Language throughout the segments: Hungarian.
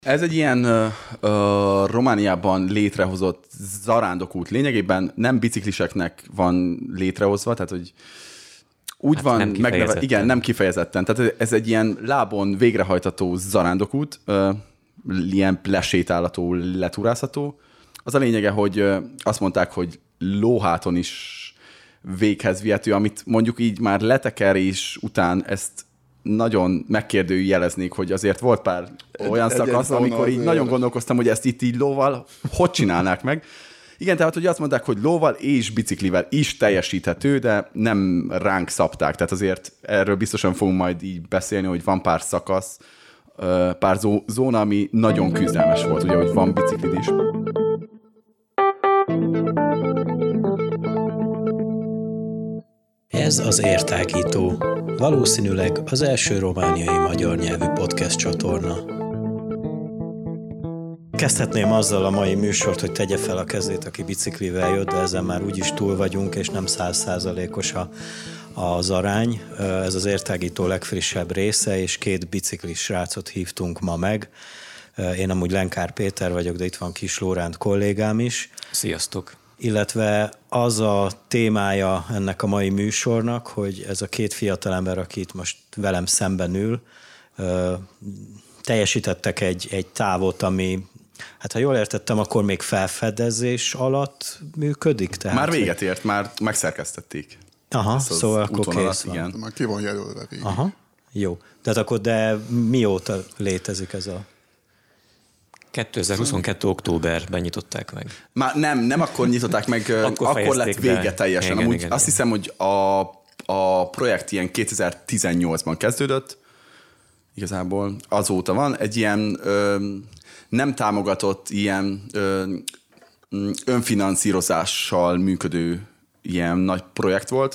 Ez egy ilyen Romániában létrehozott zarándokút. Lényegében nem bicikliseknek van létrehozva, tehát hogy úgy hát van megnevezve, igen, nem kifejezetten. Tehát ez egy ilyen lábon végrehajtató zarándokút, ilyen lesétálható, letúrázható. Az a lényege, hogy azt mondták, hogy lóháton is véghez vihető, amit mondjuk így már letekerés után ezt nagyon megkérdőjeleznék, hogy azért volt pár olyan szakasz, amikor így nagyon gondolkoztam, hogy ezt itt így lóval hogy csinálnák meg. Igen, tehát hogy azt mondták, hogy lóval és biciklivel is teljesíthető, de nem ránk szabták. Tehát azért erről biztosan fogunk majd így beszélni, hogy van pár szakasz, pár zóna, ami nagyon küzdelmes volt, ugye, hogy van biciklid is. Ez az Értágító, valószínűleg az első romániai magyar nyelvű podcast csatorna. Kezdhetném azzal a mai műsort, hogy tegye fel a kezét, aki biciklivel jött, de ezen már úgyis túl vagyunk, és nem 100%-os az arány. Ez az Értágító legfrissebb része, és 2 biciklis srácot hívtunk ma meg. Én amúgy Lenkár Péter vagyok, de itt van Kis Lóránt kollégám is. Sziasztok! Illetve az a témája ennek a mai műsornak, hogy ez a 2 fiatalember, aki itt most velem szemben ül, teljesítettek egy távot, ami, hát ha jól értettem, akkor még felfedezés alatt működik. Tehát, már véget ért, már megszerkesztették. Aha, szóval akkor kész van. Igen. Már ki van jelölve végig. Aha, jó. De mióta létezik ez a... 2022. októberben nyitották meg. Már nem akkor nyitották meg, akkor lett vége teljesen. Igen, amúgy igen, azt hiszem, hogy a projekt ilyen 2018-ban kezdődött, igazából azóta van. Egy ilyen nem támogatott, ilyen önfinanszírozással működő ilyen nagy projekt volt.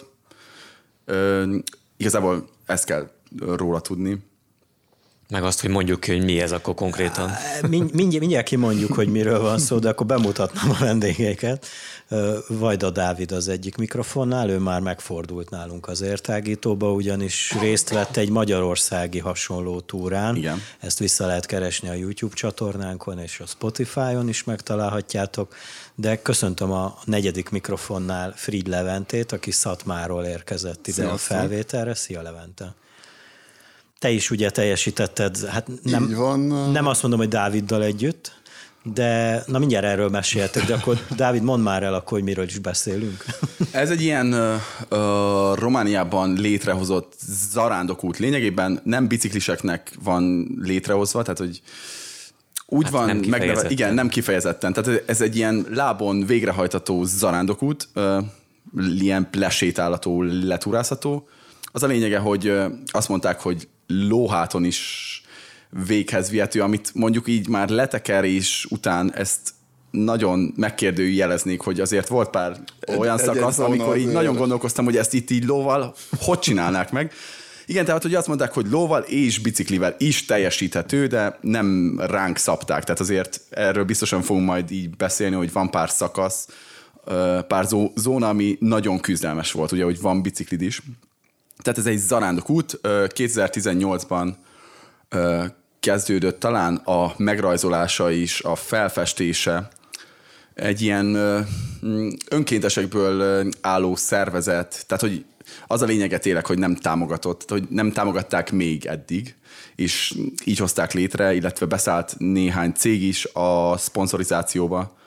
Igazából ezt kell róla tudni. Meg azt, hogy mondjuk ki, hogy mi ez akkor konkrétan. Mindjárt kimondjuk, hogy miről van szó, de akkor bemutatnám a vendégeket. Vajda Dávid az egyik mikrofonnál, ő már megfordult nálunk az Értágítóba, ugyanis részt vett egy magyarországi hasonló túrán. Igen. Ezt vissza lehet keresni a YouTube csatornánkon, és a Spotify-on is megtalálhatjátok. De köszöntöm a 4. mikrofonnál Frigy Leventét, aki Szatmáról érkezett ide a felvételre. Szia, Levente! Te is ugye teljesítetted, hát nem azt mondom, hogy Dáviddal együtt, de na mindjárt erről meséltek, de akkor Dávid, mondd már el akkor, hogy miről is beszélünk. Ez egy ilyen Romániában létrehozott zarándokút. Lényegében nem bicikliseknek van létrehozva, tehát hogy úgy hát van megnevezve, igen, nem kifejezetten. Tehát ez egy ilyen lábon végrehajtató zarándokút, ilyen lesétálható, letúrázható. Az a lényege, hogy azt mondták, hogy lóháton is véghez vihető, amit mondjuk így már letekerés után ezt nagyon megkérdőjeleznék, hogy azért volt pár olyan szakasz, amikor így nagyon gondolkoztam, hogy ezt itt így lóval hogy csinálnák meg. Igen, tehát hogy azt mondták, hogy lóval és biciklivel is teljesíthető, de nem ránk szabták. Tehát azért erről biztosan fogunk majd így beszélni, hogy van pár szakasz, pár zóna, ami nagyon küzdelmes volt, ugye, hogy van biciklid is. Tehát ez egy zarándokút, 2018-ban kezdődött talán a megrajzolása is, a felfestése. Egy ilyen önkéntesekből álló szervezet, tehát hogy az a lényege tényleg, hogy nem támogatott, hogy nem támogatták még eddig, és így hozták létre, illetve beszállt néhány cég is a szponzorizációba.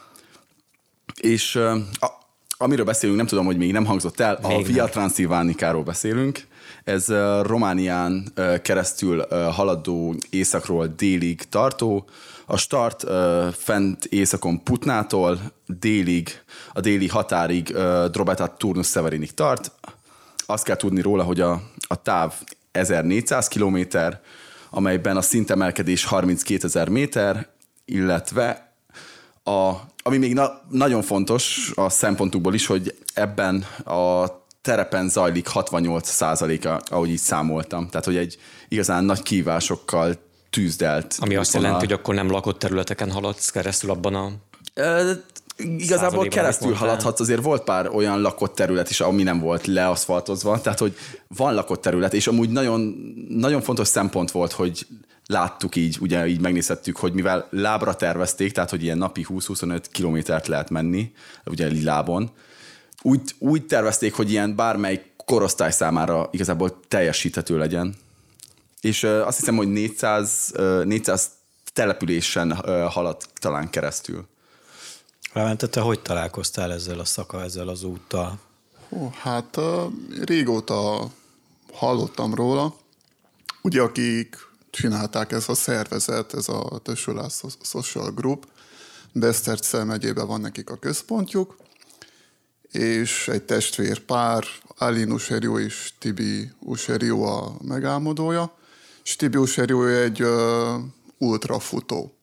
És amiről beszélünk, nem tudom, hogy még nem hangzott el, még a Via Transilvanicáról beszélünk. Ez Románián keresztül haladó északról délig tartó. A start fent északon Putnától délig, a déli határig Drobeta Turnus Severinig tart. Azt kell tudni róla, hogy a táv 1400 kilométer, amelyben a szintemelkedés 32 000 méter, illetve ami még nagyon fontos a szempontukból is, hogy ebben a terepen zajlik 68%-a, ahogy így számoltam. Tehát, hogy egy igazán nagy kihívásokkal tűzdelt. Ami azt jelenti, hogy akkor nem lakott területeken haladsz keresztül abban a... Igazából keresztül haladhatsz, azért volt pár olyan lakott terület is, ami nem volt leaszfaltozva, tehát hogy van lakott terület, és amúgy nagyon, nagyon fontos szempont volt, hogy láttuk így, ugye így megnézhettük, hogy mivel lábra tervezték, tehát hogy ilyen napi 20-25 kilométert lehet menni, ugye lábon, úgy tervezték, hogy ilyen bármely korosztály számára igazából teljesíthető legyen. És azt hiszem, hogy 400 településen haladt talán keresztül. Levente, te hogy találkoztál ezzel az úttal? Hát régóta hallottam róla. Ugye akik csinálták ez a szervezet, ez a Tesula Social Group, Beszterce megyében van nekik a központjuk, és egy testvérpár, Alin Userjó és Tibi Userjó a megálmodója, és Tibi Userjó egy ultrafutó.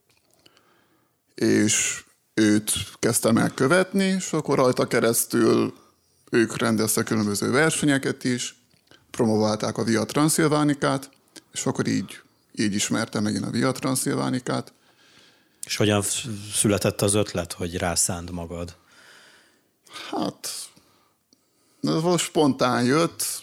És őt kezdtem el követni, és akkor rajta keresztül ők rendeztek különböző versenyeket is, promoválták a Via Transilvanicát, és akkor így ismertem meg én a Via Transilvanicát. És hogyan született az ötlet, hogy rászánd magad? Hát, ez volt spontán jött.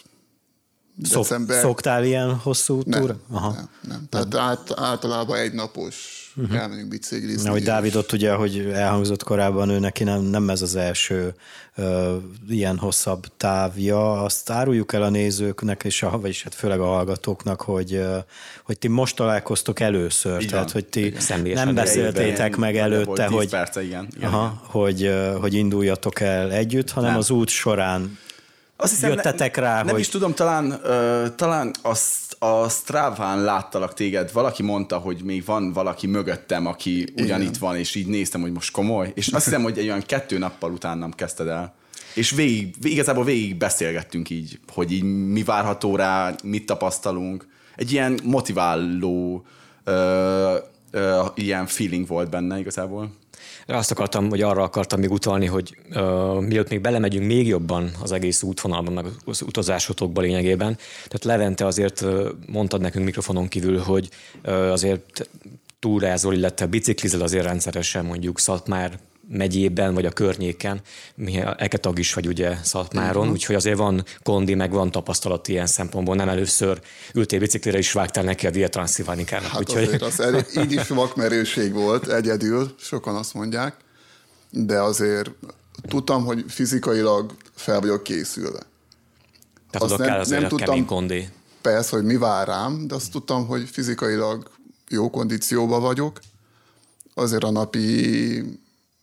Szoktál ilyen hosszú túra? Nem. Tehát általában egynapos elmenünk biciklizni. Na, hogy Dávid ott ugye, hogy elhangzott korábban, ő neki nem ez az első ilyen hosszabb távja. Azt áruljuk el a nézőknek, vagyis hát főleg a hallgatóknak, hogy ti most találkoztok először. Igen, tehát, hogy ti nem beszéltétek meg előtte, hogy, perce, igen. hogy induljatok el együtt, hanem az út során azt hiszem, jöttetek rá, nem is tudom, talán a Stráván láttalak téged, valaki mondta, hogy még van valaki mögöttem, aki ugyanitt van, és így néztem, hogy most komoly, és azt hiszem, hogy egy olyan 2 nappal utánam kezdted el. És igazából végig beszélgettünk így, hogy így mi várható rá, mit tapasztalunk. Egy ilyen motiváló ilyen feeling volt benne igazából. Arra akartam még utalni, hogy mielőtt még belemegyünk még jobban az egész útvonalban, meg az utazásotokba lényegében. Tehát Levente azért mondtad nekünk mikrofonon kívül, hogy azért túrázol, illetve biciklizel azért rendszeresen mondjuk Szatmár megyében, vagy a környéken. Eketag is vagy ugye Szatmáron, úgyhogy azért van kondi, meg van tapasztalat ilyen szempontból. Nem először ültél biciklire, és vágtál neki a Via Transilvanicának. Hát azért az így is vakmerőség volt egyedül, sokan azt mondják, de azért tudtam, hogy fizikailag fel vagyok készülve. Tehát oda kell azért a kemény kondi. Persze, hogy mi vár rám, de azt tudtam, hogy fizikailag jó kondícióban vagyok. Azért a napi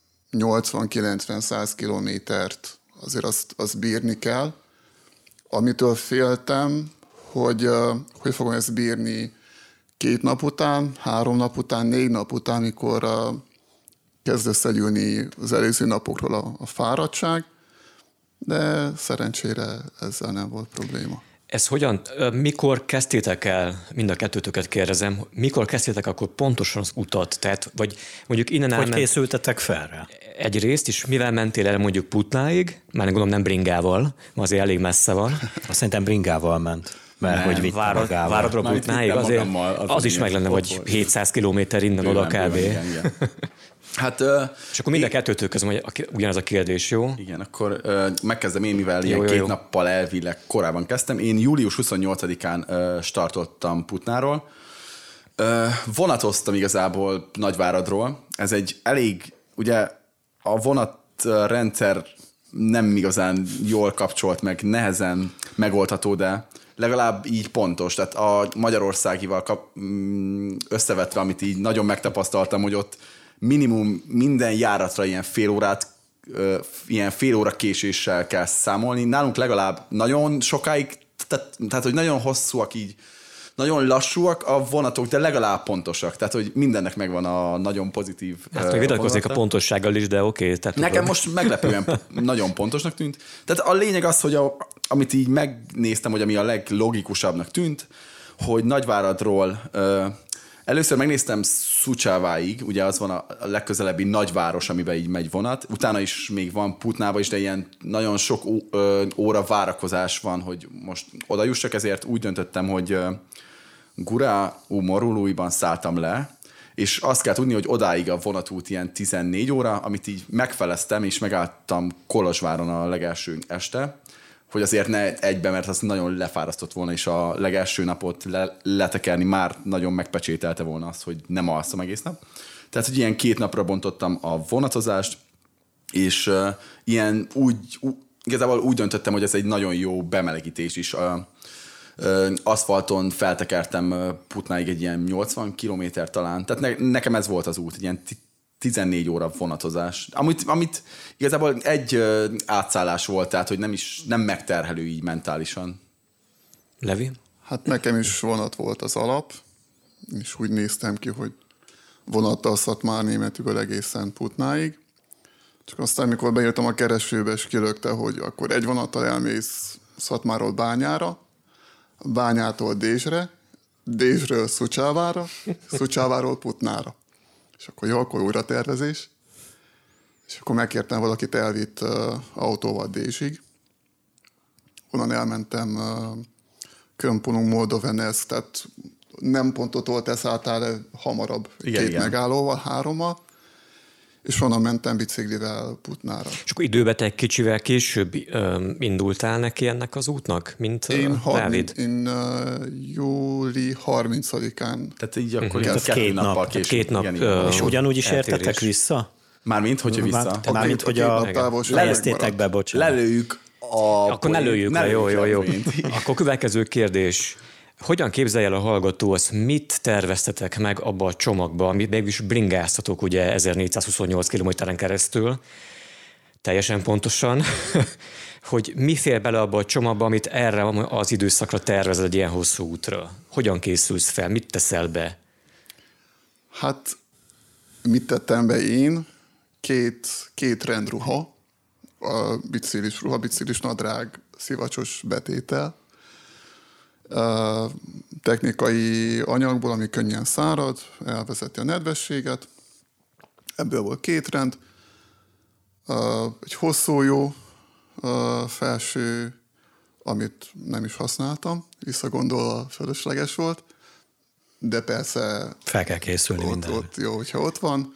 80-90-100 kilométert azért azt bírni kell. Amitől féltem, hogy fogom ezt bírni 2 nap után, 3 nap után, 4 nap után, amikor kezd összegyűlni az előző napokról a fáradtság, de szerencsére ezzel nem volt probléma. Ez mikor kezdtétek el, mind a kettőtöket kérdezem, mikor kezdtétek akkor pontosan az utat? Tehát, vagy mondjuk innen hogy készültetek fel rá? Egyrészt, és mivel mentél el mondjuk Putnáig, már gondolom nem bringával, azért elég messze van. Azt szerintem bringával ment. Mert nem, hogy vitt magával. Váradra Putnáig, azért az is meg lenne, vagy 700 kilométer innen oda kb. Hát, és akkor mind a kettőtök közben ugyanaz a kérdés, jó? Igen, akkor megkezdem én, mivel ilyen 2 nappal elvileg korábban kezdtem. Én július 28-án startoltam Putnáról. Vonatoztam igazából Nagyváradról. Ez egy elég, ugye a vonatrendszer nem igazán jól kapcsolt meg, nehezen megoldható, de legalább így pontos. Tehát a magyarországival összevetve, amit így nagyon megtapasztaltam, hogy ott minimum minden járatra ilyen fél óra késéssel kell számolni. Nálunk legalább nagyon sokáig, tehát hogy nagyon hosszúak így, nagyon lassúak a vonatok, de legalább pontosak. Tehát, hogy mindennek megvan a nagyon pozitív hát még vitatkoznék a pontossággal is, de oké. Nekem most meglepően nagyon pontosnak tűnt. Tehát a lényeg az, hogy amit így megnéztem, hogy ami a leglogikusabbnak tűnt, hogy Nagyváradról először megnéztem Szucsáváig, ugye az van a legközelebbi nagyváros, amiben így megy vonat. Utána is még van Putnába is, de ilyen nagyon sok óra várakozás van, hogy most oda jussak, ezért úgy döntöttem, hogy Gurau-Morului-ban szálltam le, és azt kell tudni, hogy odáig a vonatút ilyen 14 óra, amit így megfeleztem, és megálltam Kolozsváron a legelső este, hogy azért ne egybe, mert az nagyon lefárasztott volna, és a legelső napot letekerni már nagyon megpecsételte volna azt, hogy nem alszom egész nap. Tehát, hogy ilyen 2 napra bontottam a vonatozást, és igazából úgy döntöttem, hogy ez egy nagyon jó bemelegítés is. Aszfalton feltekertem Putnáig egy ilyen 80 kilométer talán, tehát nekem ez volt az út, egy ilyen 14 óra vonatozás, amit igazából egy átszállás volt, tehát hogy nem megterhelő így mentálisan. Levi? Hát nekem is vonat volt az alap, és úgy néztem ki, hogy vonattal Szatmárnémetiből egészen Putnáig. Csak aztán, amikor beírtam a keresőbe, és kilökte, hogy akkor egy vonattal elmész Szatmárról Bányára, Bányától Dézsre, Dézsről Szucsávára, Szucsáváról Putnára. És akkor jó, akkor újra tervezés. És akkor megkértem valakit, elvitt autóval Dézsig. Onnan elmentem Kömpunung Moldovenez, tehát nem pont ott volt Eszáltál, hamarabb igen. megállóval, 3-mal. És onnan mentem biciklivel Putnára. És akkor időben te egy kicsivel később indultál neki ennek az útnak, mint Dávid? Én júli 30-án. Tehát így akkor 2 nappal később. 2 nap. Igen. És ugyanúgy is értetek vissza? Mármint, hogyha vissza. Mármint, hogy lejeztétek be, bocsánat. Lelőjük Akkor ne lőjük le, jó. Akkor következő kérdés. Hogyan képzelje el a hallgató azt, mit terveztetek meg abba a csomagba, amit mégis bringáztatok ugye 1428 kilométeren keresztül, teljesen pontosan, hogy mi fér bele abba a csomagba, amit erre az időszakra tervezed egy ilyen hosszú útra? Hogyan készülsz fel? Mit teszel be? Hát, mit tettem be én? Két rendruha, a biciklis ruha, biciklis nadrág, szivacsos betétel, technikai anyagból, ami könnyen szárad, elvezeti a nedvességet. Ebből volt 2 rend. Egy hosszú jó felső, amit nem is használtam, visszagondolva fölösleges volt, de persze fel kell készülni mindenre. Ott jó, hogyha ott van.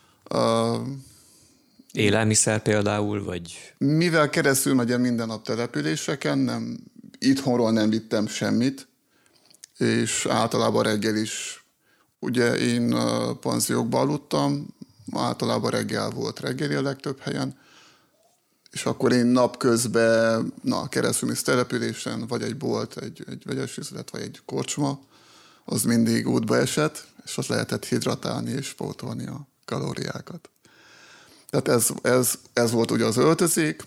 Élelmiszer például, vagy? Mivel keresztül megyem minden nap településeken, itthonról nem vittem semmit, és általában reggel is, ugye én panziókban aludtam, általában reggel volt reggeli a legtöbb helyen, és akkor én napközben keresztülmész településen, vagy egy bolt, egy vegyes üzlet, vagy egy kocsma, az mindig útba esett, és ott lehetett hidratálni és pótolni a kalóriákat. Tehát ez volt ugye az öltözék,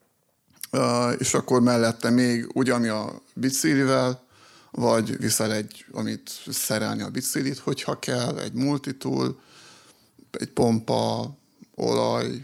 és akkor mellette még ugyanmi a biciklivel, vagy viszel amit szerelni a biciklit, hogyha kell, egy multitool, egy pompa, olaj,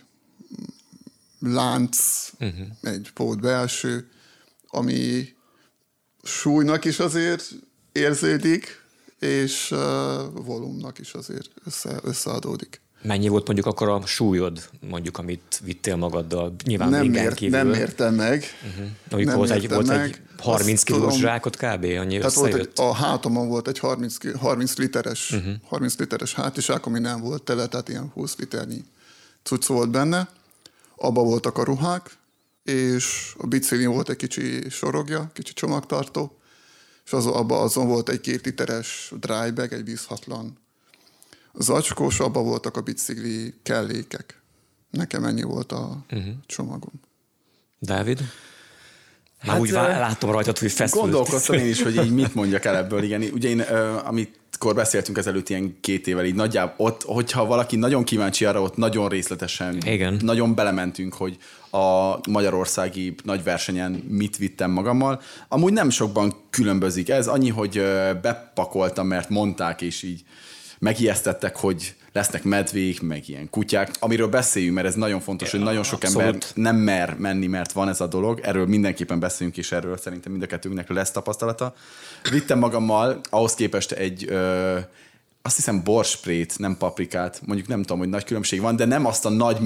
lánc, egy pót belső, ami súlynak is azért érződik, és volumnak is azért összeadódik. Mennyi volt mondjuk akkor a súlyod, mondjuk, amit vittél magaddal? Nyilván nem értem meg. Mondjuk volt egy 30 kilós zsákot kb. Annyi tehát összejött? A hátamon volt egy 30 literes hátizsák, ami nem volt tele, tehát ilyen 20 liternyi cucc volt benne. Abba voltak a ruhák, és a biciklin volt egy kicsi sorogja, kicsi csomagtartó, és azon volt egy 2 literes drybag, egy vízhatlan zacskós, abban voltak a bicikli kellékek. Nekem ennyi volt a csomagom. Dávid? Hát, úgy látom rajtad, hogy feszült. Gondolkoztam én is, hogy így mit mondjak el ebből. Igen, ugye én, amikor beszéltünk ezelőtt ilyen 2 évvel, így nagyjából ott, hogyha valaki nagyon kíváncsi arra, ott nagyon részletesen, nagyon belementünk, hogy a magyarországi nagy versenyen mit vittem magammal. Amúgy nem sokban különbözik ez, annyi, hogy bepakoltam, mert mondták, és így megijesztettek, hogy lesznek medvék, meg ilyen kutyák, amiről beszéljünk, mert ez nagyon fontos, hogy nagyon sok ember nem mer menni, mert van ez a dolog. Erről mindenképpen beszéljünk, és erről szerintem mind a kettőnknek lesz tapasztalata. Vittem magammal ahhoz képest egy, azt hiszem borssprét, nem paprikát, mondjuk nem tudom, hogy nagy különbség van, de nem azt a nagy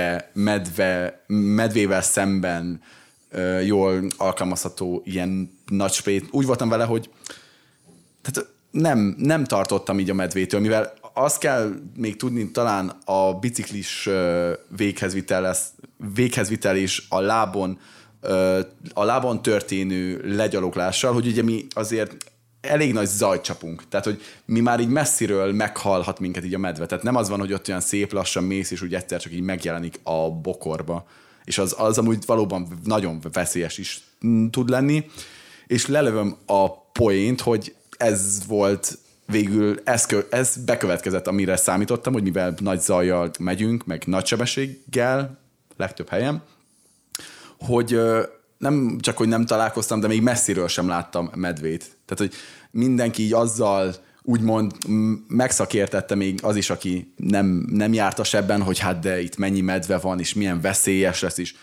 medvével szemben jól alkalmazható ilyen nagy sprét. Úgy voltam vele, hogy tehát nem tartottam így a medvétől, mivel azt kell még tudni, talán a biciklis véghezvitel és a lábon a lábon történő legyaloglással, hogy ugye mi azért elég nagy zajt csapunk. Tehát, hogy mi már így messziről meghallhat minket így a medve. Tehát nem az van, hogy ott olyan szép lassan mész, és úgy egyszer csak így megjelenik a bokorba. És az amúgy valóban nagyon veszélyes is tud lenni. És lelövöm a poént, hogy ez volt végül, ez bekövetkezett, amire számítottam, hogy mivel nagy zajjal megyünk, meg nagy sebességgel, legtöbb helyen, hogy nem csak, hogy nem találkoztam, de még messziről sem láttam medvét. Tehát, hogy mindenki így azzal úgymond megszakértette még az is, aki nem jártas ebben, hogy hát de itt mennyi medve van, és milyen veszélyes lesz is.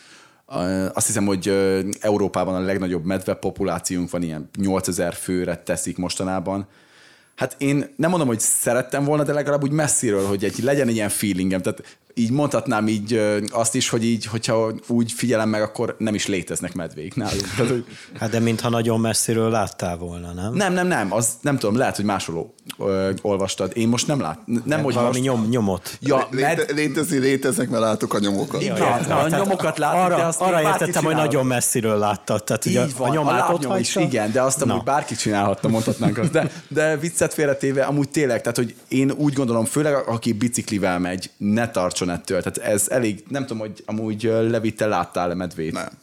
Azt hiszem, hogy Európában a legnagyobb medve populációnk van, ilyen 8000 főre teszik mostanában. Hát én nem mondom, hogy szerettem volna, de legalább úgy messziről, hogy legyen egy ilyen feelingem. Tehát így mondhatnám így azt is, hogy így, hogyha úgy figyelem meg, akkor nem is léteznek medvék nálunk. Tehát, hogy... Hát de mintha nagyon messziről láttál volna, nem? Nem. Az nem tudom, lehet, hogy máshol olvastad. Én most nem láttam. Nem, hogy valami nyomot. Ja, léteznek, mert látok a nyomokat. A nyomokat látni, de azt arra értettem, hogy nagyon messziről láttad. Tehát ugye így van, a nyomát ott lábnyom is, hagyta. igen, de azt amúgy bárki csinálhatta, mondhatnánk azt. De viccet félretéve, amúgy tényleg, tehát hogy én úgy gondolom, főleg aki biciklivel megy, ne tartson ettől. Tehát ez elég, nem tudom, hogy amúgy Levi, te láttál-e medvét? Nem.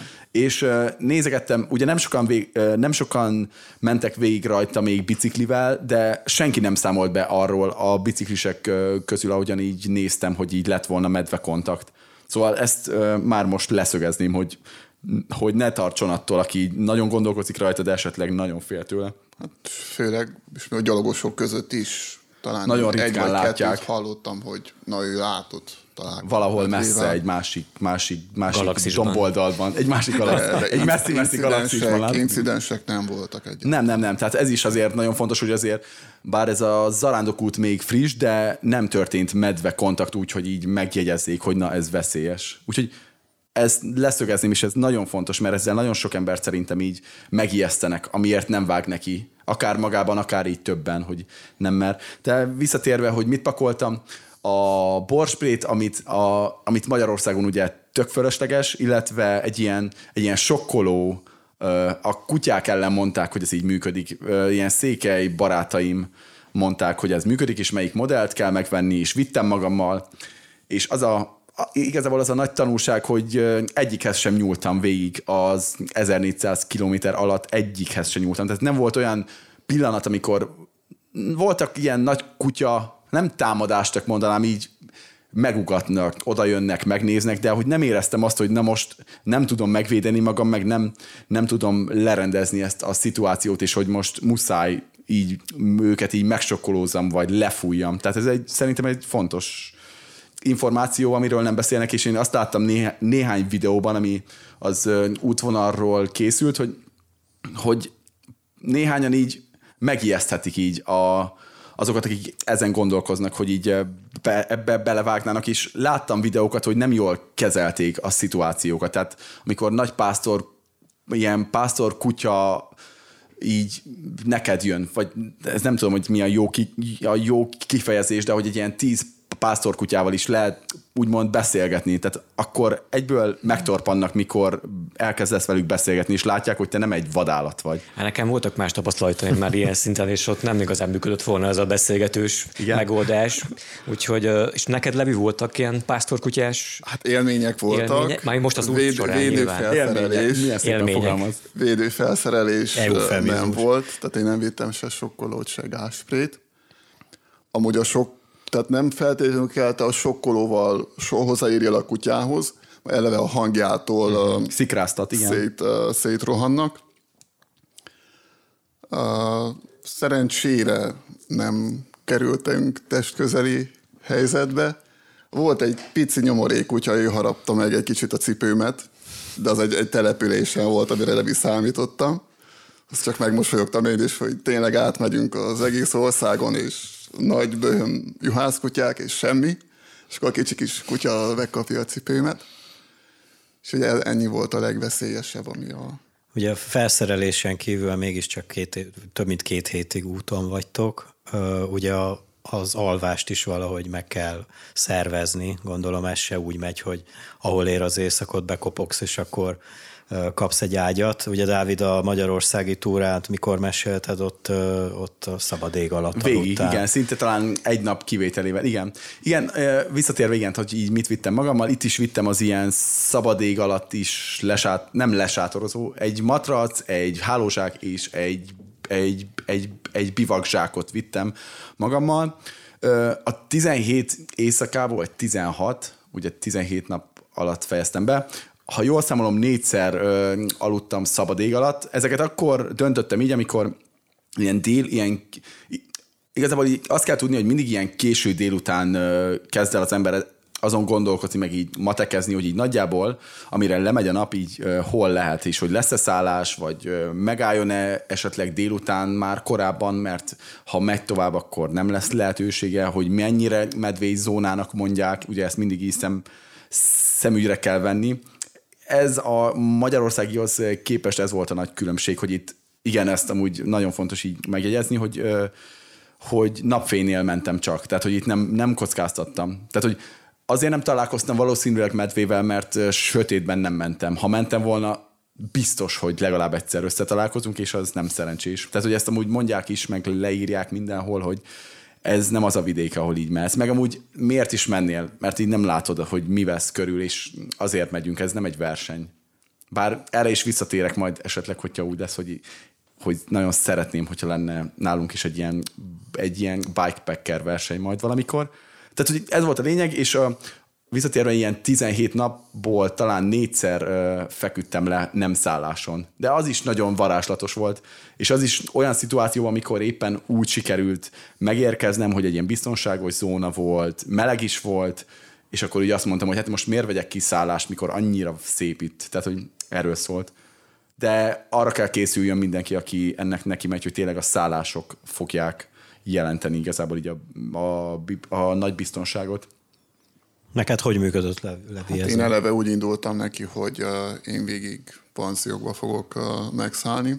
És nézegettem, ugye nem sokan mentek végig rajta még biciklivel, de senki nem számolt be arról a biciklisek közül, ahogyan így néztem, hogy így lett volna medvekontakt. Szóval ezt már most leszögezném, hogy ne tartson attól, aki nagyon gondolkozik rajta, de esetleg nagyon fél tőle. Hát főleg a gyalogosok között is talán nagyon ritkán egy vagy látják. kettőt hallottam, hogy ő látott talán. Valahol messze egy másik domboldalban. Egy másik egy messzi galaxisban. Incidensek nem voltak egyébként. Nem. Tehát ez is azért nagyon fontos, hogy azért, bár ez a zarándokút még friss, de nem történt medve kontakt úgy, hogy így megjegyezzék, hogy na ez veszélyes. Úgyhogy ezt leszögezném, és ez nagyon fontos, mert ezzel nagyon sok embert szerintem így megijesztenek, amiért nem vág neki. Akár magában, akár így többen, hogy nem mer. De visszatérve, hogy mit pakoltam, a borsprét, amit Magyarországon ugye tök fölösleges, illetve egy ilyen sokkoló, a kutyák ellen mondták, hogy ez így működik. Ilyen székely barátaim mondták, hogy ez működik, és melyik modellt kell megvenni, és vittem magammal, és igazából az a nagy tanulság, hogy egyikhez sem nyúltam végig az 1400 kilométer alatt, egyikhez sem nyúltam. Tehát nem volt olyan pillanat, amikor voltak ilyen nagy kutya, nem támadástak mondanám, így megugatnak, odajönnek, megnéznek, de hogy nem éreztem azt, hogy na most nem tudom megvédeni magam, meg nem tudom lerendezni ezt a szituációt, és hogy most muszáj így őket így megsokkolózzam, vagy lefújjam. Tehát ez szerintem egy fontos információ, amiről nem beszélnek, és én azt láttam néhány videóban, ami az útvonalról készült, hogy néhányan így megijeszthetik így azokat, akik ezen gondolkoznak, hogy így ebbe belevágnának, és láttam videókat, hogy nem jól kezelték a szituációkat. Tehát amikor nagy ilyen pásztor kutya így neked jön, vagy ez nem tudom, hogy mi a jó kifejezés, de hogy egy ilyen 10 pásztorkutyával is lehet úgymond beszélgetni, tehát akkor egyből megtorpannak, mikor elkezdesz velük beszélgetni, és látják, hogy te nem egy vadállat vagy. Nekem voltak más tapasztalataim már ilyen szinten, és ott nem igazán működött volna ez a beszélgetős megoldás. Úgyhogy, és neked, Levi, voltak ilyen pásztorkutyás? Hát élmények voltak. Már most az út során Védőfelszerelés nem volt, tehát én nem vittem se sokkolót, se gázsprét. Amúgy tehát nem feltétlenül kell a sokkolóval hozzáérjél a kutyához, eleve a hangjától szikráztat, igen. Szétrohannak. Szerencsére nem kerültünk testközeli helyzetbe. Volt egy pici nyomorék kutya, ő harapta meg egy kicsit a cipőmet, de az egy településen volt, amire nem is számítottam. Azt csak megmosolyogtam én is, hogy tényleg átmegyünk az egész országon, és nagy böhöm juhászkutyák, és semmi, és akkor a kicsi kis kutya megkapja a cipőmet. És ugye ennyi volt a legveszélyesebb, ami a... Ugye a felszerelésen kívül mégiscsak több mint 2 hétig úton vagytok. Ugye az alvást is valahogy meg kell szervezni. Gondolom ez se úgy megy, hogy ahol ér az éjszakot bekopogsz, és akkor kapsz egy ágyat. Ugye Dávid a magyarországi túrát mikor mesélted, ott a szabad ég alatt végig, igen, szinte talán egy nap kivételével, igen, visszatérve, igen, hogy így mit vittem magammal, itt is vittem az ilyen szabad ég alatt is nem lesátorozó, egy matrac, egy hálózsák és egy bivakzsákot vittem magammal. A 17 éjszakából, vagy 16, ugye 17 nap alatt fejeztem be, ha jól számolom, 4-szer aludtam szabad ég alatt. Ezeket akkor döntöttem így, amikor igazából azt kell tudni, hogy mindig ilyen késő délután kezd el az ember azon gondolkodni, meg így matekezni, hogy így nagyjából, amire lemegy a nap, így hol lehet, és hogy lesz-e szállás, vagy megálljon-e esetleg délután már korábban, mert ha megy tovább, akkor nem lesz lehetősége, hogy mennyire medvéi zónának mondják, ugye ezt mindig így szemügyre kell venni. Ez a magyarországihoz képest ez volt a nagy különbség, hogy itt igen, ezt amúgy nagyon fontos így megjegyezni, hogy napfénynél mentem csak, tehát hogy itt nem kockáztattam. Tehát, hogy azért nem találkoztam valószínűleg medvével, mert sötétben nem mentem. Ha mentem volna, biztos, hogy legalább egyszer összetalálkozunk, és az nem szerencsés. Tehát, hogy ezt amúgy mondják is, meg leírják mindenhol, hogy ez nem az a vidék, ahol így mehetsz. Meg amúgy miért is mennél? Mert így nem látod, hogy mi vesz körül, és azért megyünk, ez nem egy verseny. Bár erre is visszatérek majd esetleg, hogyha úgy lesz, hogy nagyon szeretném, hogyha lenne nálunk is egy ilyen bikepacker verseny majd valamikor. Tehát, hogy ez volt a lényeg, és visszatérve ilyen 17 napból talán 4-szer feküdtem le nem szálláson. De az is nagyon varázslatos volt, és az is olyan szituáció, amikor éppen úgy sikerült megérkeznem, hogy egy ilyen biztonságos zóna volt, meleg is volt, és akkor úgy azt mondtam, hogy hát most miért vegyek ki szállást, mikor annyira szép itt. Tehát, hogy erről szólt. De arra kell készüljön mindenki, aki ennek neki megy, hogy tényleg a szállások fogják jelenteni igazából így a nagy biztonságot. Neked hogy működött, Levi? Hát én eleve úgy indultam neki, hogy én végig panziókba fogok megszállni.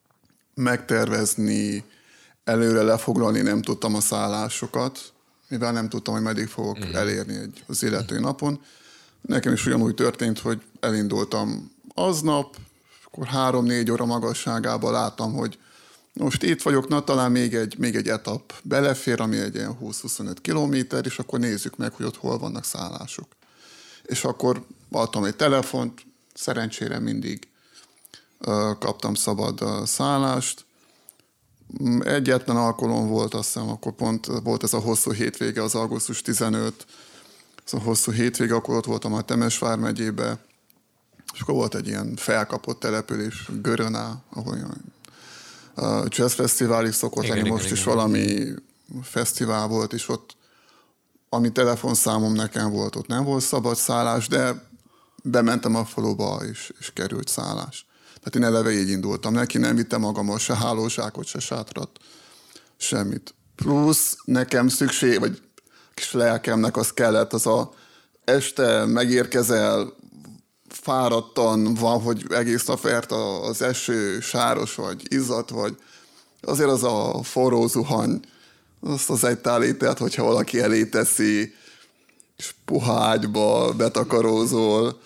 Megtervezni, előre lefoglalni nem tudtam a szállásokat, mivel nem tudtam, hogy meddig fogok elérni az illető napon. Nekem is ugyanúgy történt, hogy elindultam aznap, akkor 3-4 óra magasságában láttam, hogy most itt vagyok, na talán még egy etap belefér, ami egy ilyen 20-25 kilométer, és akkor nézzük meg, hogy ott hol vannak szállások. És akkor adtam egy telefont, szerencsére mindig kaptam szabad szállást. Egyetlen alkalom volt, azt hiszem, akkor pont volt ez a hosszú hétvége, az augusztus 15, ez a hosszú hétvége, akkor ott voltam a Temesvár megyébe, és akkor volt egy ilyen felkapott település, Göröná, ahol jazz fesztivál is szokott lenni, most is valami fesztivál volt, és ott, ami telefonszámom nekem volt, ott nem volt szabad szállás, de bementem a faluba, és került szállás. Tehát én eleve így indultam neki, nem vittem magammal se hálózsákot, se sátrat, semmit. Plusz nekem szükség, vagy kis lelkemnek az kellett, az a este megérkezel, fáradtan van, hogy egész nap vert az eső, sáros vagy, izzadt vagy. Azért az a forró zuhany, azt az egy tál ételt, hogyha valaki elé teszi, és puha ágyba betakarózol,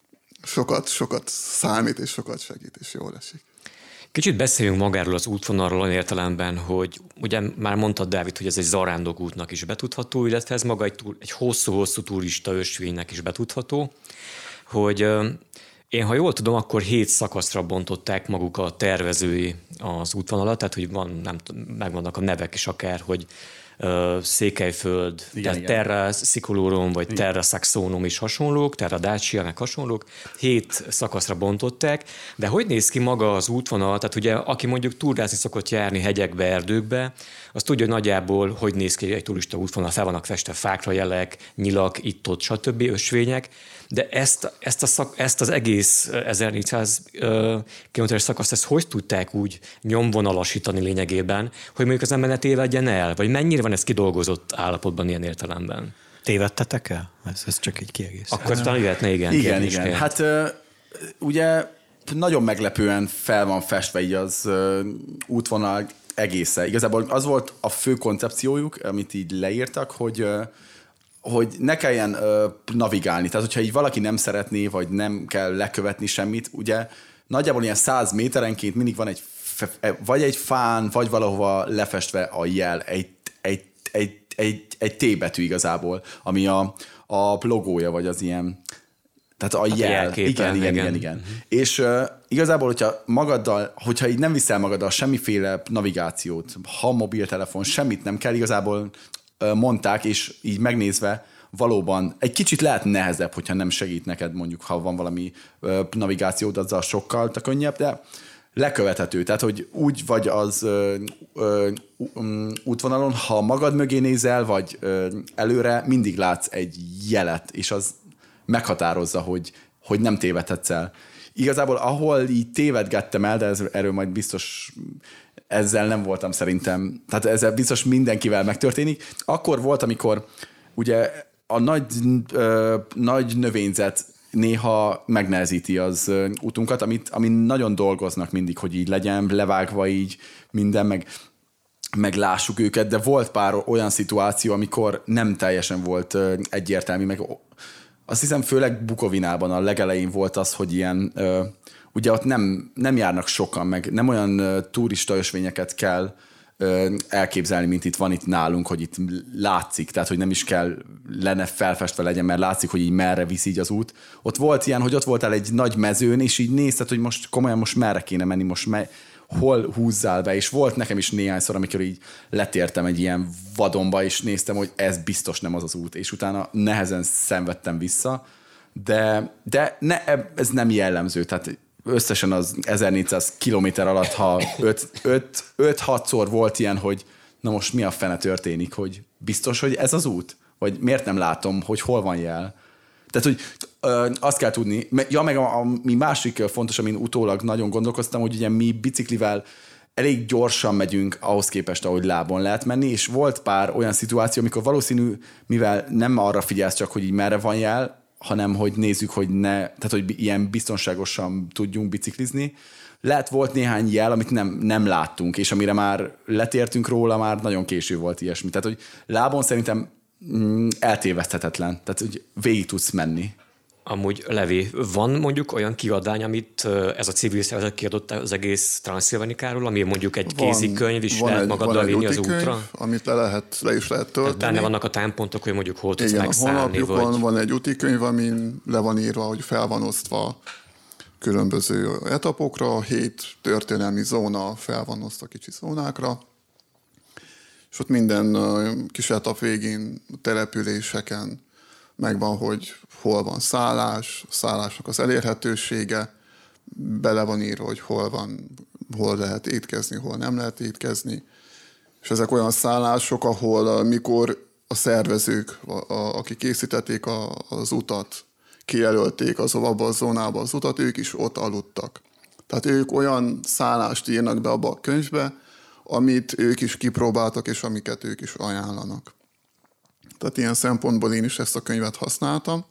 sokat számít, és sokat segít, és jól esik. Kicsit beszéljünk magáról az útvonalról olyan értelemben, hogy ugye már mondtad, Dávid, hogy ez egy zarándokútnak is betudható, illetve ez maga egy hosszú-hosszú turista ösvénynek is betudható, hogy én, ha jól tudom, akkor 7 szakaszra bontották maguk a tervezői az útvonalat, tehát hogy megvannak a nevek is akár, hogy Székelyföld, tehát Terra Siculorum, vagy Terra Saxonum is hasonlók, Terra Dacia, meg hasonlók, 7 szakaszra bontották, de hogy néz ki maga az útvonal, tehát ugye aki mondjuk túrázni szokott járni hegyekbe, erdőkbe, az tudja, hogy nagyjából hogy néz ki egy turista útvonal, fel vannak festve fákra jelek, nyilak, itt-ott, stb. Ösvények, de ezt az egész 1400 kilométeres szakaszt, ezt hogy tudták úgy nyomvonalasítani lényegében, hogy mondjuk az ember ne tévedjen el? Vagy mennyire van ez kidolgozott állapotban ilyen értelemben? Tévedtetek el? Ez csak egy kiegészítés. Akkor talán jöhetne, igen. Igen. Hát ugye nagyon meglepően fel van festve így az útvonal egészen. Igazából az volt a fő koncepciójuk, amit így leírtak, hogy hogy ne kelljen navigálni. Tehát, hogyha így valaki nem szeretné, vagy nem kell lekövetni semmit, ugye nagyjából ilyen 100 méterenként mindig van vagy egy fán, vagy valahova lefestve a jel, egy T betű igazából, ami a logója, vagy az ilyen, tehát a jel. Igen. Uh-huh. És igazából, hogyha így nem viszel magaddal semmiféle navigációt, ha mobiltelefon, semmit nem kell, igazából mondták, és így megnézve valóban egy kicsit lehet nehezebb, hogyha nem segít neked, mondjuk, ha van valami navigációd, azzal sokkal könnyebb, de lekövethető. Tehát, hogy úgy vagy az útvonalon, ha magad mögé nézel, vagy előre, mindig látsz egy jelet, és az meghatározza, hogy nem tévedhetsz el. Igazából, ahol így tévedgettem el, de erről majd biztos ezzel nem voltam szerintem, tehát ezzel biztos mindenkivel megtörténik. Akkor volt, amikor ugye a nagy növényzet néha megnehezíti az utunkat, amin nagyon dolgoznak mindig, hogy így legyen levágva így minden, meg lássuk őket, de volt pár olyan szituáció, amikor nem teljesen volt egyértelmű, meg azt hiszem főleg Bukovinában a legelején volt az, hogy ilyen, ugye ott nem járnak sokan, meg nem olyan turista ösvényeket kell elképzelni, mint van itt nálunk, hogy itt látszik, tehát hogy nem is kell lenne felfestve legyen, mert látszik, hogy így merre visz így az út. Ott volt ilyen, hogy ott voltál egy nagy mezőn, és így nézted, hogy most komolyan most merre kéne menni, hol húzzál be, és volt nekem is néhányszor, amikor így letértem egy ilyen vadonba, és néztem, hogy ez biztos nem az az út, és utána nehezen szenvedtem vissza, de ez nem jellemző, tehát összesen az 1400 kilométer alatt, ha 5-6-szor volt ilyen, hogy na most mi a fene történik, hogy biztos, hogy ez az út? Vagy miért nem látom, hogy hol van jel? Tehát, hogy azt kell tudni, meg ami másik fontos, amin utólag nagyon gondolkoztam, hogy ugye mi biciklivel elég gyorsan megyünk ahhoz képest, ahogy lábon lehet menni, és volt pár olyan szituáció, amikor valószínű, mivel nem arra figyelsz csak, hogy így merre van jel, hanem hogy nézzük, hogy tehát hogy ilyen biztonságosan tudjunk biciklizni. Volt néhány jel, amit nem láttunk, és amire már letértünk róla, már nagyon késő volt ilyesmi. Tehát, hogy lábon szerintem eltéveszthetetlen, tehát hogy végig tudsz menni. Amúgy, Levi, van mondjuk olyan kiadány, amit ez a civil szervezet kiadott az egész Transzilvanikáról, ami mondjuk egy kézikönyv, és lehet magaddal vinni az útra? Amit le is lehet tölteni. Benne vannak a támpontok, hogy mondjuk hol tudsz megszállni. Igen, a honlapjukon van egy útikönyv, amin le van írva, hogy fel van osztva különböző etapokra, 7 történelmi zóna fel van osztva kicsi zónákra, és ott minden kis etap végén településeken megvan, hogy hol van szállásnak az elérhetősége, bele van írva, hogy hol lehet étkezni, hol nem lehet étkezni. És ezek olyan szállások, ahol mikor a szervezők, akik készítették az utat, kijelölték abba a zónába az utat, ők is ott aludtak. Tehát ők olyan szállást írnak be abba a könyvbe, amit ők is kipróbáltak, és amiket ők is ajánlanak. Tehát ilyen szempontból én is ezt a könyvet használtam,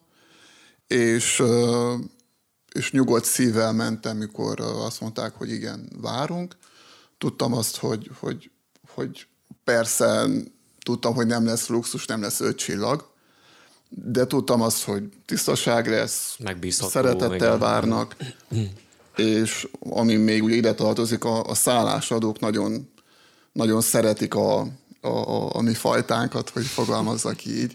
és nyugodt szívvel mentem, mikor azt mondták, hogy igen, várunk. Tudtam azt, hogy persze tudtam, hogy nem lesz luxus, nem lesz 5 csillag, de tudtam azt, hogy tisztaság lesz, szeretettel várnak, és ami még ugye ide tartozik, a szállásadók nagyon, nagyon szeretik a mi fajtánkat, hogy fogalmazzak így,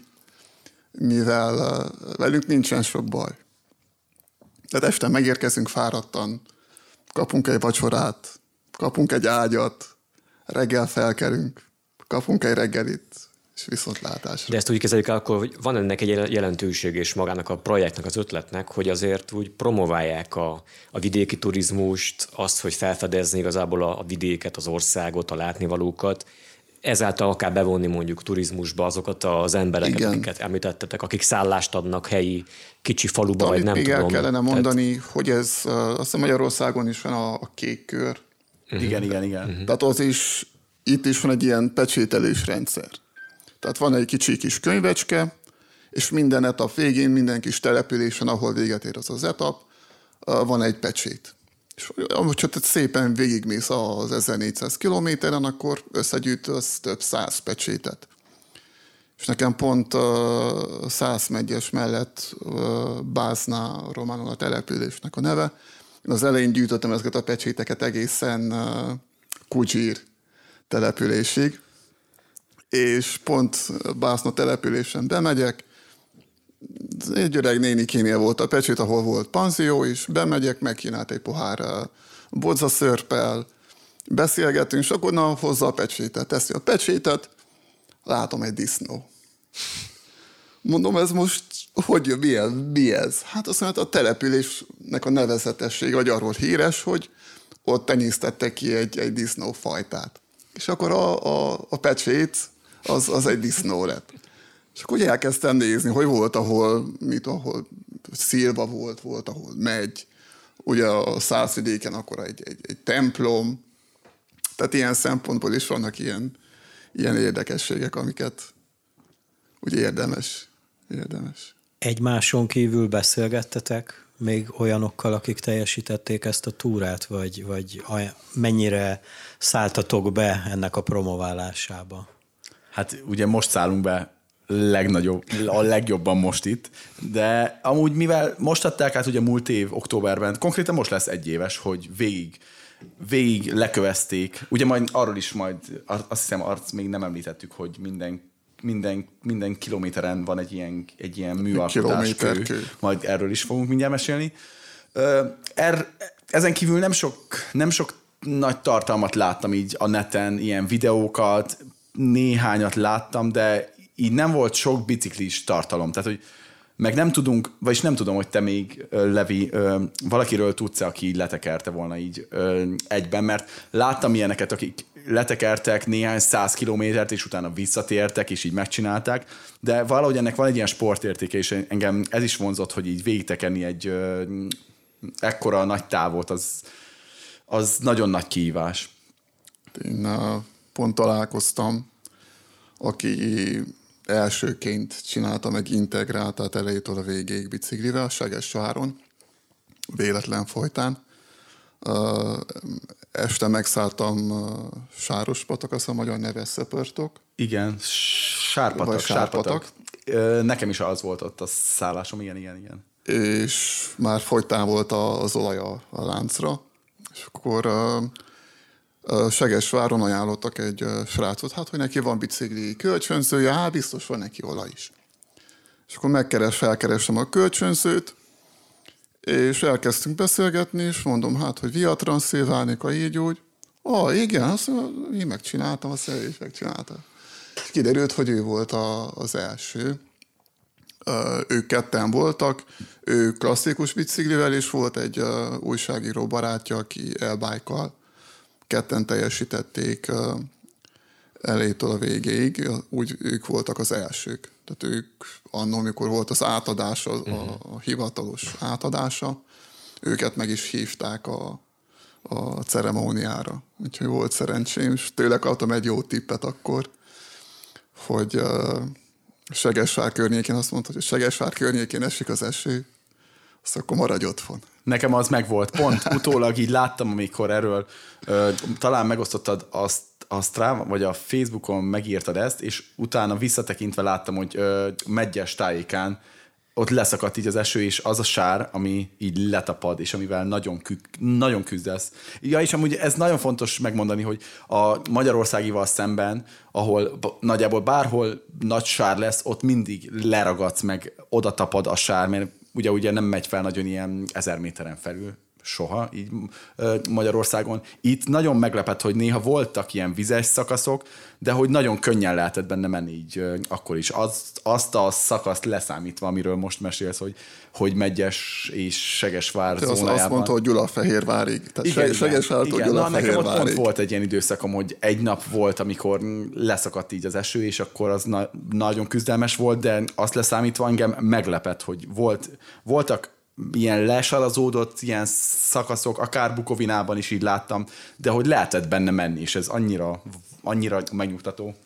mivel velünk nincsen sok baj. Tehát este megérkezünk fáradtan, kapunk egy vacsorát, kapunk egy ágyat, reggel felkelünk, kapunk egy reggelit, és viszontlátásra. De ezt úgy kezeljük el, akkor van ennek egy jelentőség és magának a projektnek, az ötletnek, hogy azért úgy promoválják a vidéki turizmust, azt, hogy felfedezni igazából a vidéket, az országot, a látnivalókat, ezáltal akár bevonni mondjuk turizmusba azokat az embereket, igen, akiket említettetek, akik szállást adnak helyi kicsi faluba, vagy nem tudom. Igen, kellene mondani, hogy ez azt hiszem Magyarországon is van a kék kör. Igen. Tehát itt is van egy ilyen pecsételés rendszer. Tehát van egy kis könyvecske, és minden etap végén, minden kis településen, ahol véget ér az etap, van egy pecsét. És hogyha te szépen végigmész az 1400 kilométeren, akkor összegyűjtesz több 100 pecsétet. És nekem pont 101-es mellett Bázna Románon a településnek a neve. Én az elején gyűjtöttem ezeket a pecséteket egészen Kudzsír településig, és pont Bázna településen bemegyek, egy öreg nénikénél volt a pecsét, ahol volt panzió is, bemegyek, megkínált egy pohár bodzaszörppel, beszélgetünk, és akkor hozza a pecsétet, teszi a pecsétet, látom egy disznó. Mondom, ez most hogy mi ez? Hát azt mondja, a településnek a nevezetessége, vagy arról híres, hogy ott tenyésztettek ki egy disznófajtát. És akkor a pecsét az egy disznó lett. És akkor ugye elkezdtem nézni, hogy volt, ahol szilva volt, ahol megy. Ugye a Szászvidéken akkor egy templom. Tehát ilyen szempontból is vannak ilyen érdekességek, amiket úgy érdemes. Egymáson kívül beszélgettetek még olyanokkal, akik teljesítették ezt a túrát, vagy mennyire szálltatok be ennek a promoválásába? Hát ugye most szállunk be a legjobban most itt, de amúgy mivel most adták át ugye múlt év októberben, konkrétan most lesz 1 éves, hogy végig lekövezték, ugye majd arról is azt hiszem azt még nem említettük, hogy minden kilométeren van egy ilyen műalkotáskő, majd erről is fogunk mindjárt mesélni. Ezen kívül nem sok nagy tartalmat láttam így a neten, ilyen videókat, néhányat láttam, de így nem volt sok biciklis tartalom. Tehát, hogy meg nem tudunk, vagyis nem tudom, hogy te még, Levi, valakiről tudsz-e, aki így letekerte volna így egyben, mert láttam ilyeneket, akik letekertek néhány 100 kilométert, és utána visszatértek, és így megcsinálták, de valahogy ennek van egy ilyen sportértéke, és engem ez is vonzott, hogy így végigtekerni egy ekkora nagy távot, az nagyon nagy kihívás. Én pont találkoztam, aki elsőként csináltam egy integrált, tehát elejétől a végéig biciklivel, Segesváron, véletlen folytán. Este megszálltam Sárospatak, azt a magyar neve Szöpörtok. Igen, Sárpatak. Nekem is az volt ott a szállásom, igen. És már fogytán volt az olaj a láncra, és akkor Segesváron ajánlottak egy srácot, hát, hogy neki van bicikli kölcsönzője, hát biztos van neki olaj is. És akkor felkeresem a kölcsönzőt, és elkezdtünk beszélgetni, és mondom, hát, hogy Via Transzilvánika, így úgy. Igen, azt mondom, én megcsináltam, azt ő is megcsinálta. És kiderült, hogy ő volt az első. Ők ketten voltak, ő klasszikus biciklivel, és volt egy újságíró barátja, aki elbike-kal. Ketten teljesítették elejétől a végéig, úgy ők voltak az elsők. Tehát ők anno, amikor volt az átadás, a hivatalos átadása, őket meg is hívták a ceremóniára. Úgyhogy volt szerencsém, és tőle kaptam egy jó tippet akkor, hogy Segesvár környékén azt mondta, hogy Segesvár környékén esik az eső, azt akkor maradj otthon. Nekem az megvolt. Pont utólag így láttam, amikor erről talán megosztottad azt rá, vagy a Facebookon megírtad ezt, és utána visszatekintve láttam, hogy Medgyes tájékán ott leszakadt így az eső, és az a sár, ami így letapad, és amivel nagyon küzdesz. Ja, és amúgy ez nagyon fontos megmondani, hogy a magyarországival szemben, ahol nagyjából bárhol nagy sár lesz, ott mindig leragadsz meg, oda tapad a sár, mert ugye nem megy fel nagyon ilyen 1000 méteren felül soha, így Magyarországon. Itt nagyon meglepett, hogy néha voltak ilyen vizes szakaszok, de hogy nagyon könnyen lehetett benne menni így akkor is. Azt a szakaszt leszámítva, amiről most mesélsz, hogy Medgyes és Segesvár zónájában. Azt mondta, hogy Gyulafehérvárig. Tehát Segesvártól Gyulafehérvárig. Nekem ott pont volt egy ilyen időszakom, hogy egy nap volt, amikor leszakadt így az eső, és akkor az nagyon küzdelmes volt, de azt leszámítva engem meglepett, hogy voltak ilyen lesarazódott ilyen szakaszok, akár Bukovinában is így láttam, de hogy lehetett benne menni, és ez annyira megnyugtató.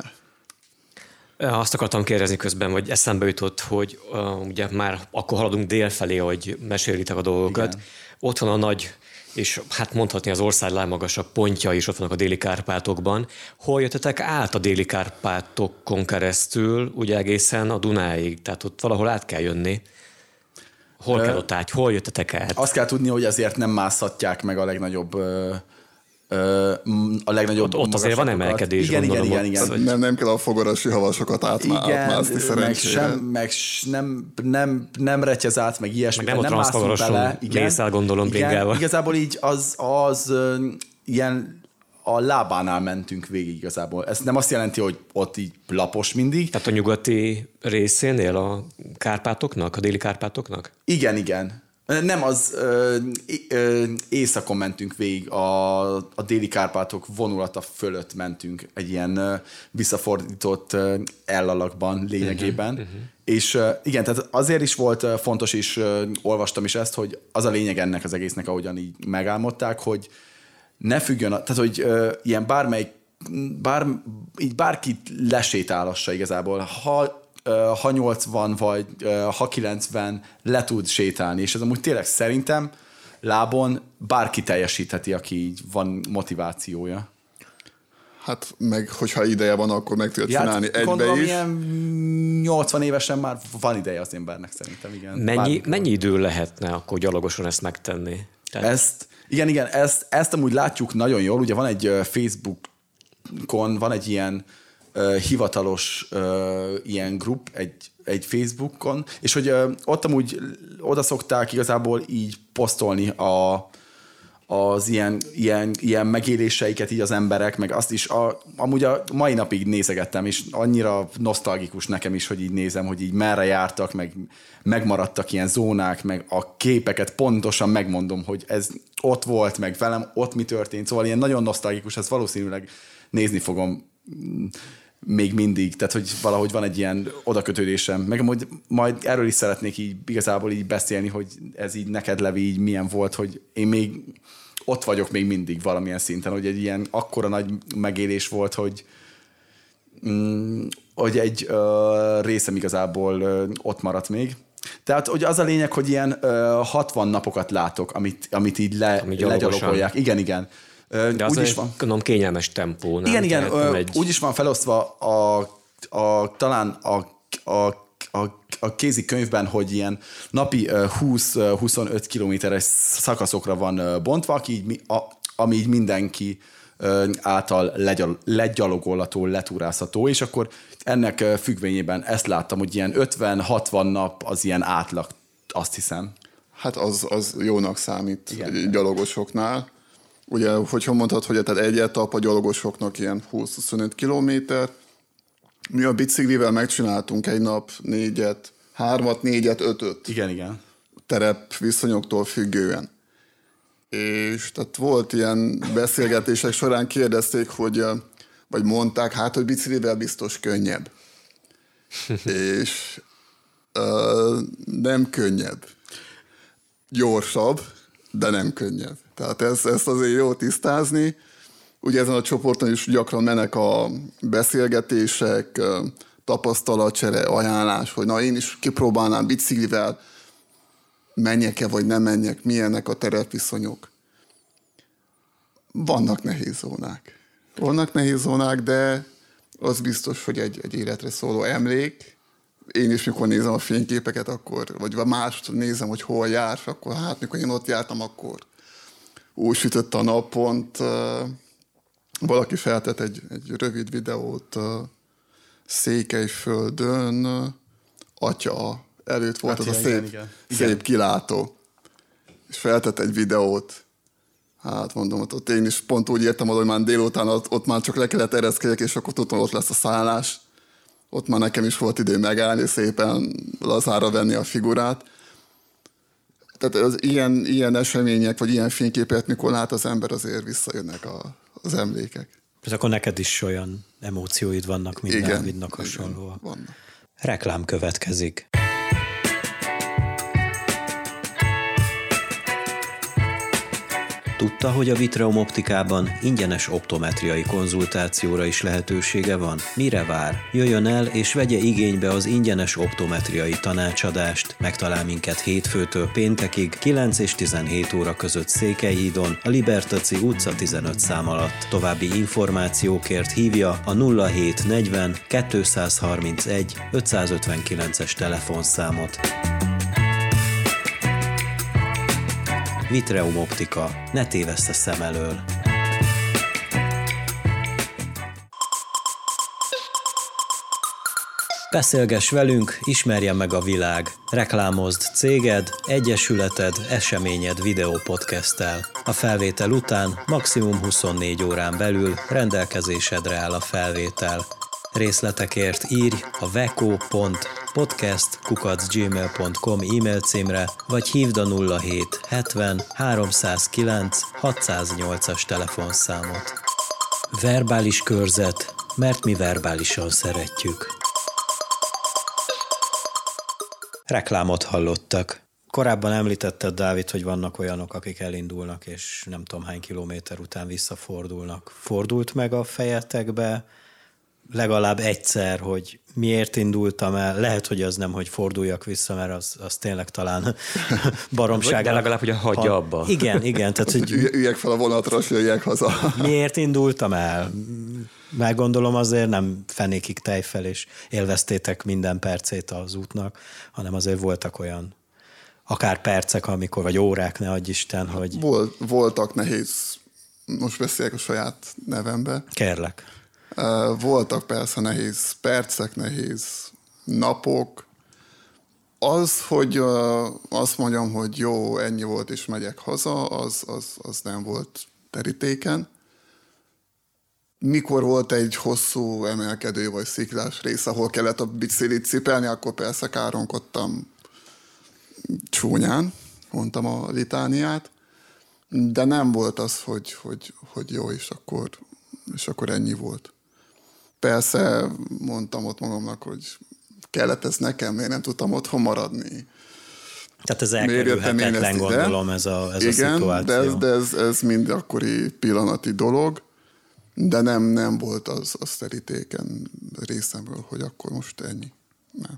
Azt akartam kérdezni közben, hogy eszembe jutott, hogy ugye már akkor haladunk délfelé, hogy mesélitek a dolgokat. Igen. Ott van a nagy és hát mondhatni az ország legmagasabb pontja is ott vannak a Déli-Kárpátokban. Hol jöttetek át a Déli-Kárpátokon keresztül, ugye egészen a Dunáig? Tehát ott valahol át kell jönni. Hol kell ott át? Hol jöttetek át? Azt kell tudni, hogy azért nem mászhatják meg a legnagyobb ott azért van emelkedés, igen, gondolom. Igen. Nem kell a fogarasi havasokat átmászni szerencsére. Meg nem retyez át, meg ilyesmi. Meg nem a transzfagaroson mész el, gondolom, bringával. Igazából így az ilyen a lábánál mentünk végig igazából. Ez nem azt jelenti, hogy ott így lapos mindig. Tehát a nyugati részénél a Kárpátoknak, a Déli-Kárpátoknak? Igen. Nem, az északon mentünk végig, a Déli-Kárpátok vonulata fölött mentünk egy ilyen visszafordított ellalakban lényegében. És igen, tehát azért is volt fontos, és olvastam is ezt, hogy az a lényeg ennek az egésznek, ahogyan így megálmodták, hogy ne függjön, tehát hogy ilyen bárkit lesétálassa igazából, ha 80 vagy ha 90 le tud sétálni, és ez amúgy tényleg szerintem lábon bárki teljesítheti, aki így van motivációja. Hát meg, hogyha ideje van, akkor meg tudja csinálni egybe is. Ilyen 80 évesen már van ideje az embernek szerintem, igen. Mennyi idő lehetne akkor gyalogosan ezt megtenni? Ezt amúgy látjuk nagyon jól, ugye van egy Facebookon, van egy ilyen hivatalos ilyen grup, egy Facebookon, és hogy ott amúgy oda szokták igazából így posztolni az ilyen megéléseiket így az emberek, meg azt is amúgy a mai napig nézegettem, és annyira nosztalgikus nekem is, hogy így nézem, hogy így merre jártak, meg megmaradtak ilyen zónák, meg a képeket pontosan megmondom, hogy ez ott volt, meg velem ott mi történt, szóval ilyen nagyon nosztalgikus, ezt valószínűleg nézni fogom még mindig, tehát hogy valahogy van egy ilyen odakötődésem, meg majd erről is szeretnék így igazából így beszélni, hogy ez így neked, Levi, így milyen volt, hogy én még ott vagyok még mindig valamilyen szinten, hogy egy ilyen akkora nagy megélés volt, hogy egy részem igazából ott maradt még. Tehát hogy az a lényeg, hogy ilyen 60 napokat látok, amit így legyalogolják. Igen. De az is van. Gondolom kényelmes tempó. Nem? Igen, úgy is van felosztva talán a kézikönyvben, hogy ilyen napi 20-25 kilométeres szakaszokra van bontva, ami így mindenki által legyalogolható, letúrázható, és akkor ennek függvényében ezt láttam, hogy ilyen 50-60 nap az ilyen átlag, azt hiszem. Hát az jónak számít. Igen. Gyalogosoknál. Ugye, hogyha mondhatod, hogy tehát egy etap a gyalogosoknak ilyen 20-25 kilométer, mi a biciklivel megcsináltunk egy nap 4-et, 3-at, 4-et, 5-öt. Igen. Terep viszonyoktól függően. És tehát volt ilyen beszélgetések során kérdezték, vagy mondták, hogy biciklivel biztos könnyebb. És nem könnyebb. Gyorsabb, de nem könnyebb. Tehát ezt azért jó tisztázni. Ugye ezen a csoporton is gyakran mennek a beszélgetések, tapasztalatcsere, ajánlás, hogy na én is kipróbálnám biciklivel, menjek-e vagy nem menjek, milyenek a terepviszonyok. Vannak nehéz zónák, de az biztos, hogy egy életre szóló emlék. Én is, mikor nézem a fényképeket, vagy mást nézem, hogy hol jársz, akkor mikor én ott jártam, akkor úgy sütött a nap, pont valaki feltett egy rövid videót Székelyföldön, atya előtt volt az a szép kilátó. És feltett egy videót. Hát mondom, ott én is pont úgy értem, hogy már délután ott már csak le kellett ereszkedjek, és akkor tudtam, ott lesz a szállás. Ott már nekem is volt idő megállni, szépen lazára venni a figurát. Tehát az ilyen események, vagy ilyen fényképet, mikor lát az ember, azért visszajönnek az emlékek. És akkor neked is olyan emócióid vannak, mint Dávidnak hasonlóan. Vannak. Reklám következik. Tudta, hogy a Vitreum Optikában ingyenes optometriai konzultációra is lehetősége van? Mire vár? Jöjjön el és vegye igénybe az ingyenes optometriai tanácsadást. Megtalál minket hétfőtől péntekig, 9 és 17 óra között Székelyhídon, a Libertaci utca 15 szám alatt. További információkért hívja a 0740 231 559-es telefonszámot. Vitreum Optika. Ne tévessze szem elől! Beszélgess velünk, ismerjen meg a világ. Reklámozd céged, egyesületed, eseményed videópodcasttel. A felvétel után maximum 24 órán belül rendelkezésedre áll a felvétel. Részletekért írj a veko.podcast@gmail.com e-mail címre, vagy hívd a 07 70 309 608-as telefonszámot. Verbális körzet, mert mi verbálisan szeretjük. Reklámot hallottak. Korábban említetted, Dávid, hogy vannak olyanok, akik elindulnak, és nem tudom hány kilométer után visszafordulnak. Fordult meg a fejetekbe legalább egyszer, hogy miért indultam el? Lehet, hogy az nem, hogy forduljak vissza, mert az tényleg talán baromság. De legalább, hogy hagyja abba. Igen. Tehát, hogy üljek fel a vonatra, és jöjjek haza. Miért indultam el? Meggondolom, azért nem fenékig tejfel, és élveztétek minden percét az útnak, hanem azért voltak olyan akár percek, amikor, vagy órák, ne adj Isten, hogy... Voltak nehéz, most beszélek a saját nevembe. Kérlek. Voltak persze nehéz percek, nehéz napok. Az, hogy azt mondjam, hogy jó, ennyi volt, és megyek haza, az nem volt terítéken. Mikor volt egy hosszú emelkedő vagy sziklás rész, ahol kellett a biciklit cipelni, akkor persze káronkodtam csúnyán, mondtam a litániát, de nem volt az, hogy jó, és akkor ennyi volt. Persze mondtam ott magamnak, hogy kellett ez nekem, miért nem tudtam otthon maradni. Tehát ez elkerülhetetlen, gondolom, ez a szituáció. Igen, de ez mind akkori pillanati dolog, de nem volt az terítéken részemről, hogy akkor most ennyi. Nem.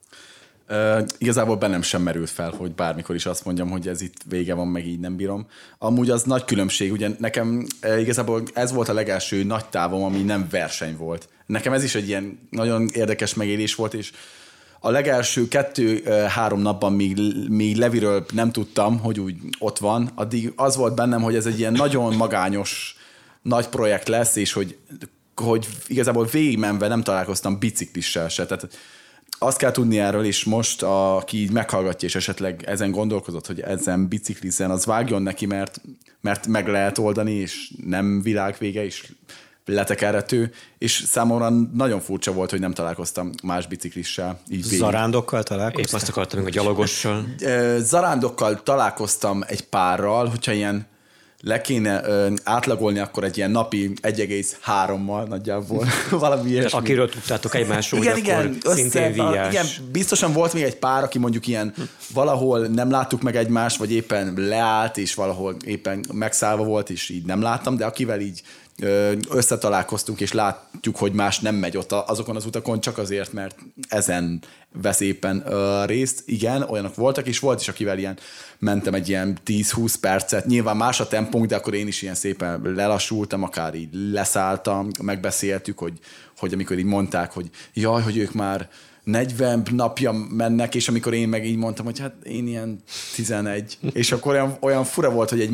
Igazából bennem sem merült fel, hogy bármikor is azt mondjam, hogy ez itt vége van, meg így nem bírom. Amúgy az nagy különbség, ugye nekem igazából ez volt a legelső nagy távom, ami nem verseny volt. Nekem ez is egy ilyen nagyon érdekes megélés volt, és a legelső 2-3 napban még Leviről nem tudtam, hogy úgy ott van, addig az volt bennem, hogy ez egy ilyen nagyon magányos nagy projekt lesz, és hogy igazából végigmenve nem találkoztam biciklissel se. Tehát azt kell tudni erről, és most, aki így meghallgatja, és esetleg ezen gondolkozott, hogy ezen biciklizzen, az vágjon neki, mert meg lehet oldani, és nem világvége, és letekerhető, és számomra nagyon furcsa volt, hogy nem találkoztam más biciklissel. Zarándokkal találkoztam? Épp azt akartam, hogy gyalogossal. Zarándokkal találkoztam egy párral, hogyha ilyen le kéne átlagolni, akkor egy ilyen napi 1,3-mal nagyjából valami ilyesmi. Akiről tudtátok egymásról, hogy akkor szintén viás. Igen, biztosan volt még egy pár, aki mondjuk ilyen valahol nem láttuk meg egymást, vagy éppen leállt, és valahol éppen megszállva volt, és így nem láttam, de akivel így összetalálkoztunk, és látjuk, hogy más nem megy ott azokon az utakon, csak azért, mert ezen vesz éppen részt. Igen, olyanok voltak, és volt is, akivel ilyen mentem egy ilyen 10-20 percet. Nyilván más a tempónk, de akkor én is ilyen szépen lelassultam, akár így leszálltam, megbeszéltük, hogy amikor így mondták, hogy jaj, hogy ők már 40 napja mennek, és amikor én meg így mondtam, hogy hát én ilyen 11, és akkor olyan fura volt, hogy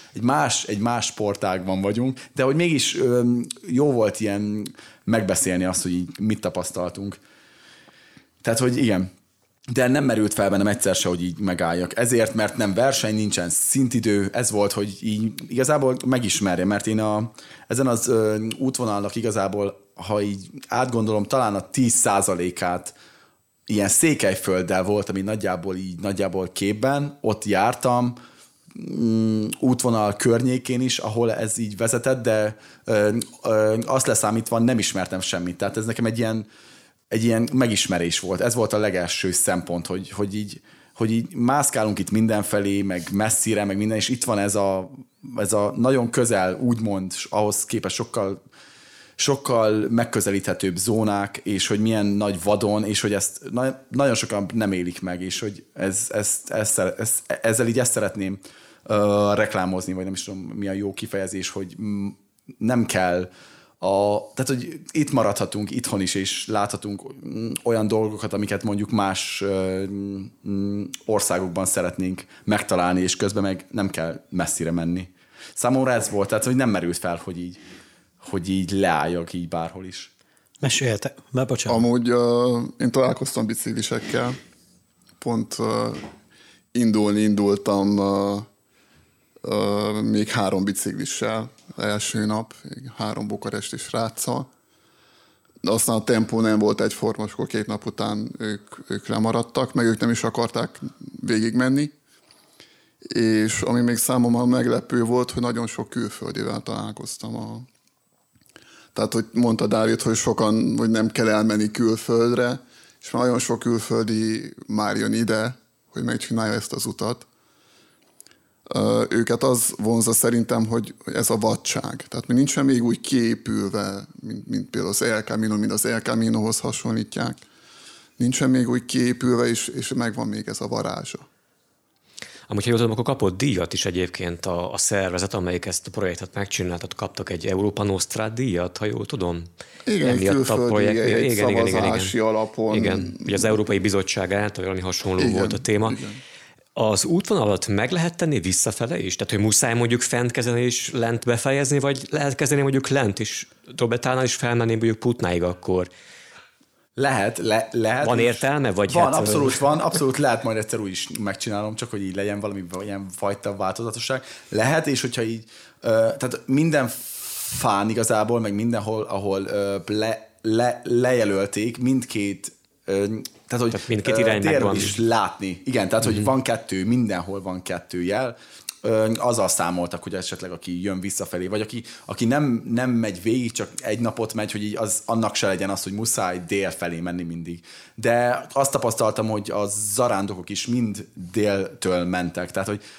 egy más sportágban vagyunk, de hogy mégis jó volt ilyen megbeszélni azt, hogy így mit tapasztaltunk. Tehát, hogy igen, de nem merült fel bennem egyszer se, hogy így megálljak. Ezért, mert nem verseny, nincsen szintidő, ez volt, hogy így igazából megismerjem, mert én ezen az útvonalnak igazából, ha így átgondolom, talán a 10%-át ilyen Székelyfölddel volt, ami nagyjából képben, ott jártam, útvonal környékén is, ahol ez így vezetett, de azt leszámítva nem ismertem semmit. Tehát ez nekem egy ilyen megismerés volt. Ez volt a legelső szempont, hogy hogy így mászkálunk itt mindenfelé, meg messzire, meg minden, és itt van ez a nagyon közel, úgymond, ahhoz képest sokkal megközelíthetőbb zónák, és hogy milyen nagy vadon, és hogy ezt nagyon sokan nem élik meg, és hogy ezzel így ezt szeretném reklámozni, vagy nem is tudom, mi a jó kifejezés, hogy nem kell tehát, hogy itt maradhatunk itthon is, és láthatunk olyan dolgokat, amiket mondjuk más országokban szeretnénk megtalálni, és közben meg nem kell messzire menni. Számomra ez volt, tehát, hogy nem merült fel, hogy így leálljak így bárhol is. Meséljetek, bocsánat. Amúgy én találkoztam biciklisekkel, pont indultam még 3 biciklissel első nap, 3 bukaresti sráccal. De aztán a tempó nem volt egyforma, és akkor 2 nap után ők lemaradtak, meg ők nem is akarták végigmenni. És ami még számomra meglepő volt, hogy nagyon sok külföldivel találkoztam. Tehát, hogy mondta Dávid, hogy sokan, hogy nem kell elmenni külföldre, és nagyon sok külföldi már jön ide, hogy megcsinálja ezt az utat. Őket az vonzza szerintem, hogy ez a vadság. Tehát mi nincsen még úgy kiépülve, mint például az El Camino, mint az El Caminohoz hasonlítják. Nincsen még úgy kiépülve, és megvan még ez a varázsa. Amúgy, ha jól tudom, akkor kapott díjat is egyébként a szervezet, amelyik ezt a projektet megcsináltat, kaptak egy Európa Nostra díjat, ha jól tudom. Igen, egy külföldi, egy szavazási alapon. Igen, ugye az Európai Bizottság által valami hasonló volt a téma. Igen. Az útvonalat meg lehet tenni visszafele is? Tehát, hogy muszáj mondjuk fent kezdeni és lent befejezni, vagy lehet kezdeni mondjuk lent is, Drobetánál is felmenni mondjuk Putnáig akkor? Lehet. Van értelme? Vagy van, abszolút lehet, majd egyszer úgy is megcsinálom, csak hogy így legyen valami ilyen fajta változatosság. Lehet, és hogyha így, tehát minden fán igazából, meg mindenhol, ahol lejelölték, mindkét tehát, hogy mindkét irányban van is látni. Igen, tehát, hogy van 2, mindenhol van 2 jel. Azzal számoltak, hogy esetleg aki jön visszafelé, vagy aki nem megy végig, csak egy napot megy, hogy így annak se legyen az, hogy muszáj dél felé menni mindig. De azt tapasztaltam, hogy a zarándokok is mind déltől mentek. Tehát, hogy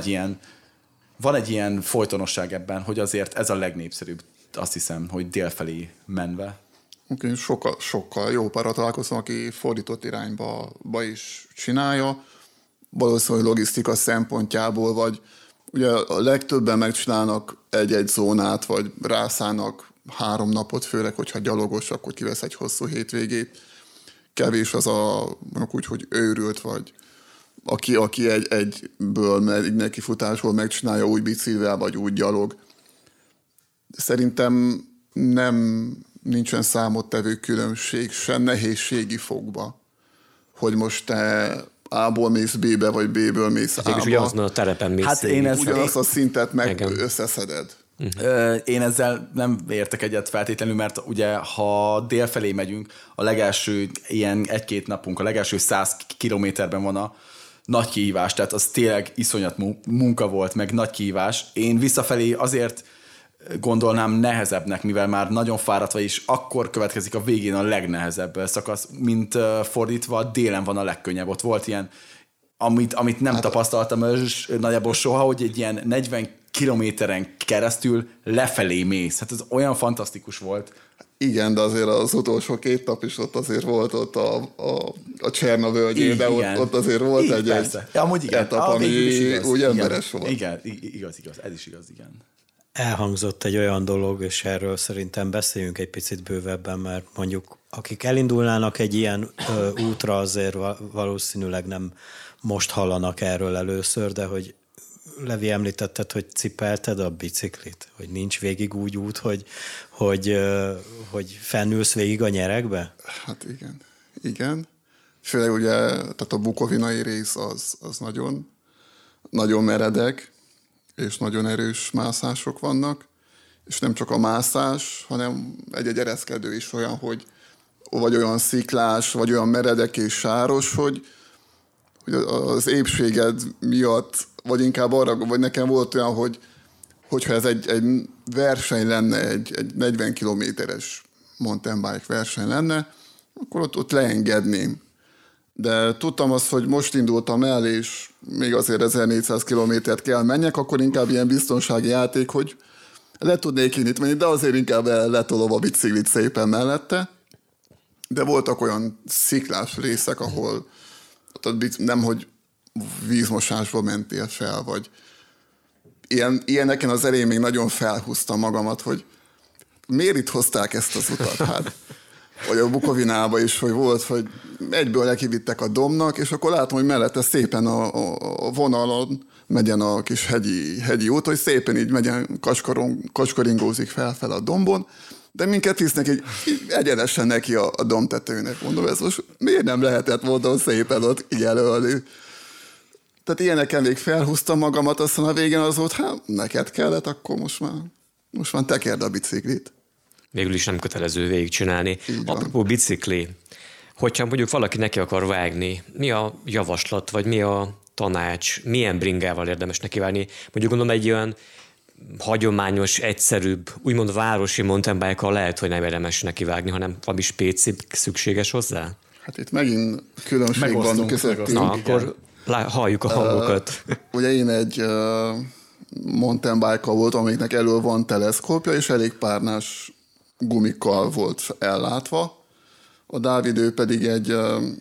van egy ilyen folytonosság ebben, hogy azért ez a legnépszerűbb, azt hiszem, hogy dél felé menve. Okay, sokkal jó párat találkozom, aki fordított irányba is csinálja. Valószínűleg logisztika szempontjából, vagy ugye a legtöbben megcsinálnak egy-egy zónát, vagy rászállnak 3 napot, főleg, hogyha gyalogos, akkor kivesz egy hosszú hétvégét. Kevés az mondjuk úgy, hogy őrült, vagy aki egyből egy nekifutásból megcsinálja úgy biciklivel, vagy úgy gyalog. Szerintem nincsen számottevő különbség, sem nehézségi fogba, hogy most te A-ból mész B-be, vagy B-ből mész A-ba. És ugyanazon a terepen mész. Hát ugyanazt a szintet meg összeszeded. Én ezzel nem értek egyet feltétlenül, mert ugye ha délfelé megyünk, a legelső ilyen 1-2 napunk, a legelső 100 kilométerben van a nagy kihívás, tehát az tényleg iszonyat munka volt, meg nagy kihívás. Én visszafelé azért gondolnám nehezebbnek, mivel már nagyon fáradt vagy, és akkor következik a végén a legnehezebb szakasz, mint fordítva, délen van a legkönnyebb. Ott volt ilyen, amit nem tapasztaltam nagyjából soha, hogy egy ilyen 40 kilométeren keresztül lefelé mész. Hát ez olyan fantasztikus volt. Igen, de azért az utolsó 2 nap is ott azért volt ott a Cserna völgyén, de ott azért volt egy etap, ami úgy emberes volt. Igen, igaz, ez is igaz, igen. Elhangzott egy olyan dolog, és erről szerintem beszéljünk egy picit bővebben, mert mondjuk akik elindulnának egy ilyen útra, azért valószínűleg nem most hallanak erről először, de hogy Levi, említetted, hogy cipelted a biciklit, hogy nincs végig úgy út, hogy fennülsz végig a nyerekbe? Hát igen. Főleg ugye, tehát a bukovinai rész az nagyon, nagyon meredek, és nagyon erős mászások vannak, és nem csak a mászás, hanem egy ereszkedő is olyan, hogy vagy olyan sziklás, vagy olyan meredek és sáros, hogy az épséged miatt, vagy inkább arra, vagy nekem volt olyan, hogyha ez egy verseny lenne, egy 40 kilométeres mountain bike verseny lenne, akkor ott leengedném. De tudtam azt, hogy most indultam el, és még azért 1400 kilométert kell menjek, akkor inkább ilyen biztonsági játék, hogy le tudnék én itt menni, de azért inkább letolom a biciklit szépen mellette. De voltak olyan sziklás részek, ahol nem, hogy vízmosásba mentél fel, vagy ilyeneken az elején még nagyon felhúztam magamat, hogy miért itt hozták ezt az utat? Hát, vagy a Bukovinába is, hogy volt, hogy egyből lekivittek a dombnak, és akkor látom, hogy mellette szépen a vonalon megyen a kis hegyi út, hogy szépen így megyen kacskaringózik fel a dombon, de minket visznek így egyenesen neki a dombtetőnek. Mondom, ez most miért nem lehetett, mondom, szépen ott jelölni. Tehát ilyeneken még felhúztam magamat, aztán a végén az volt, hát neked kellett, akkor most már tekerd a biciklit. Végül is nem kötelező végigcsinálni. Apropó bicikli, hogyha mondjuk valaki neki akar vágni, mi a javaslat, vagy mi a tanács, milyen bringával érdemes neki vágni? Mondjuk gondolom egy olyan hagyományos, egyszerűbb, úgymond városi mountain bike-kal lehet, hogy nem érdemes neki vágni, hanem valami spécibb szükséges hozzá? Hát itt megint különbség van közöttünk. Na, akkor halljuk a hangokat. Ugye én egy mountain bike-kal voltam, amiknek elől van teleszkópja, és elég párnás gumikkal volt ellátva. A Dávid ő pedig egy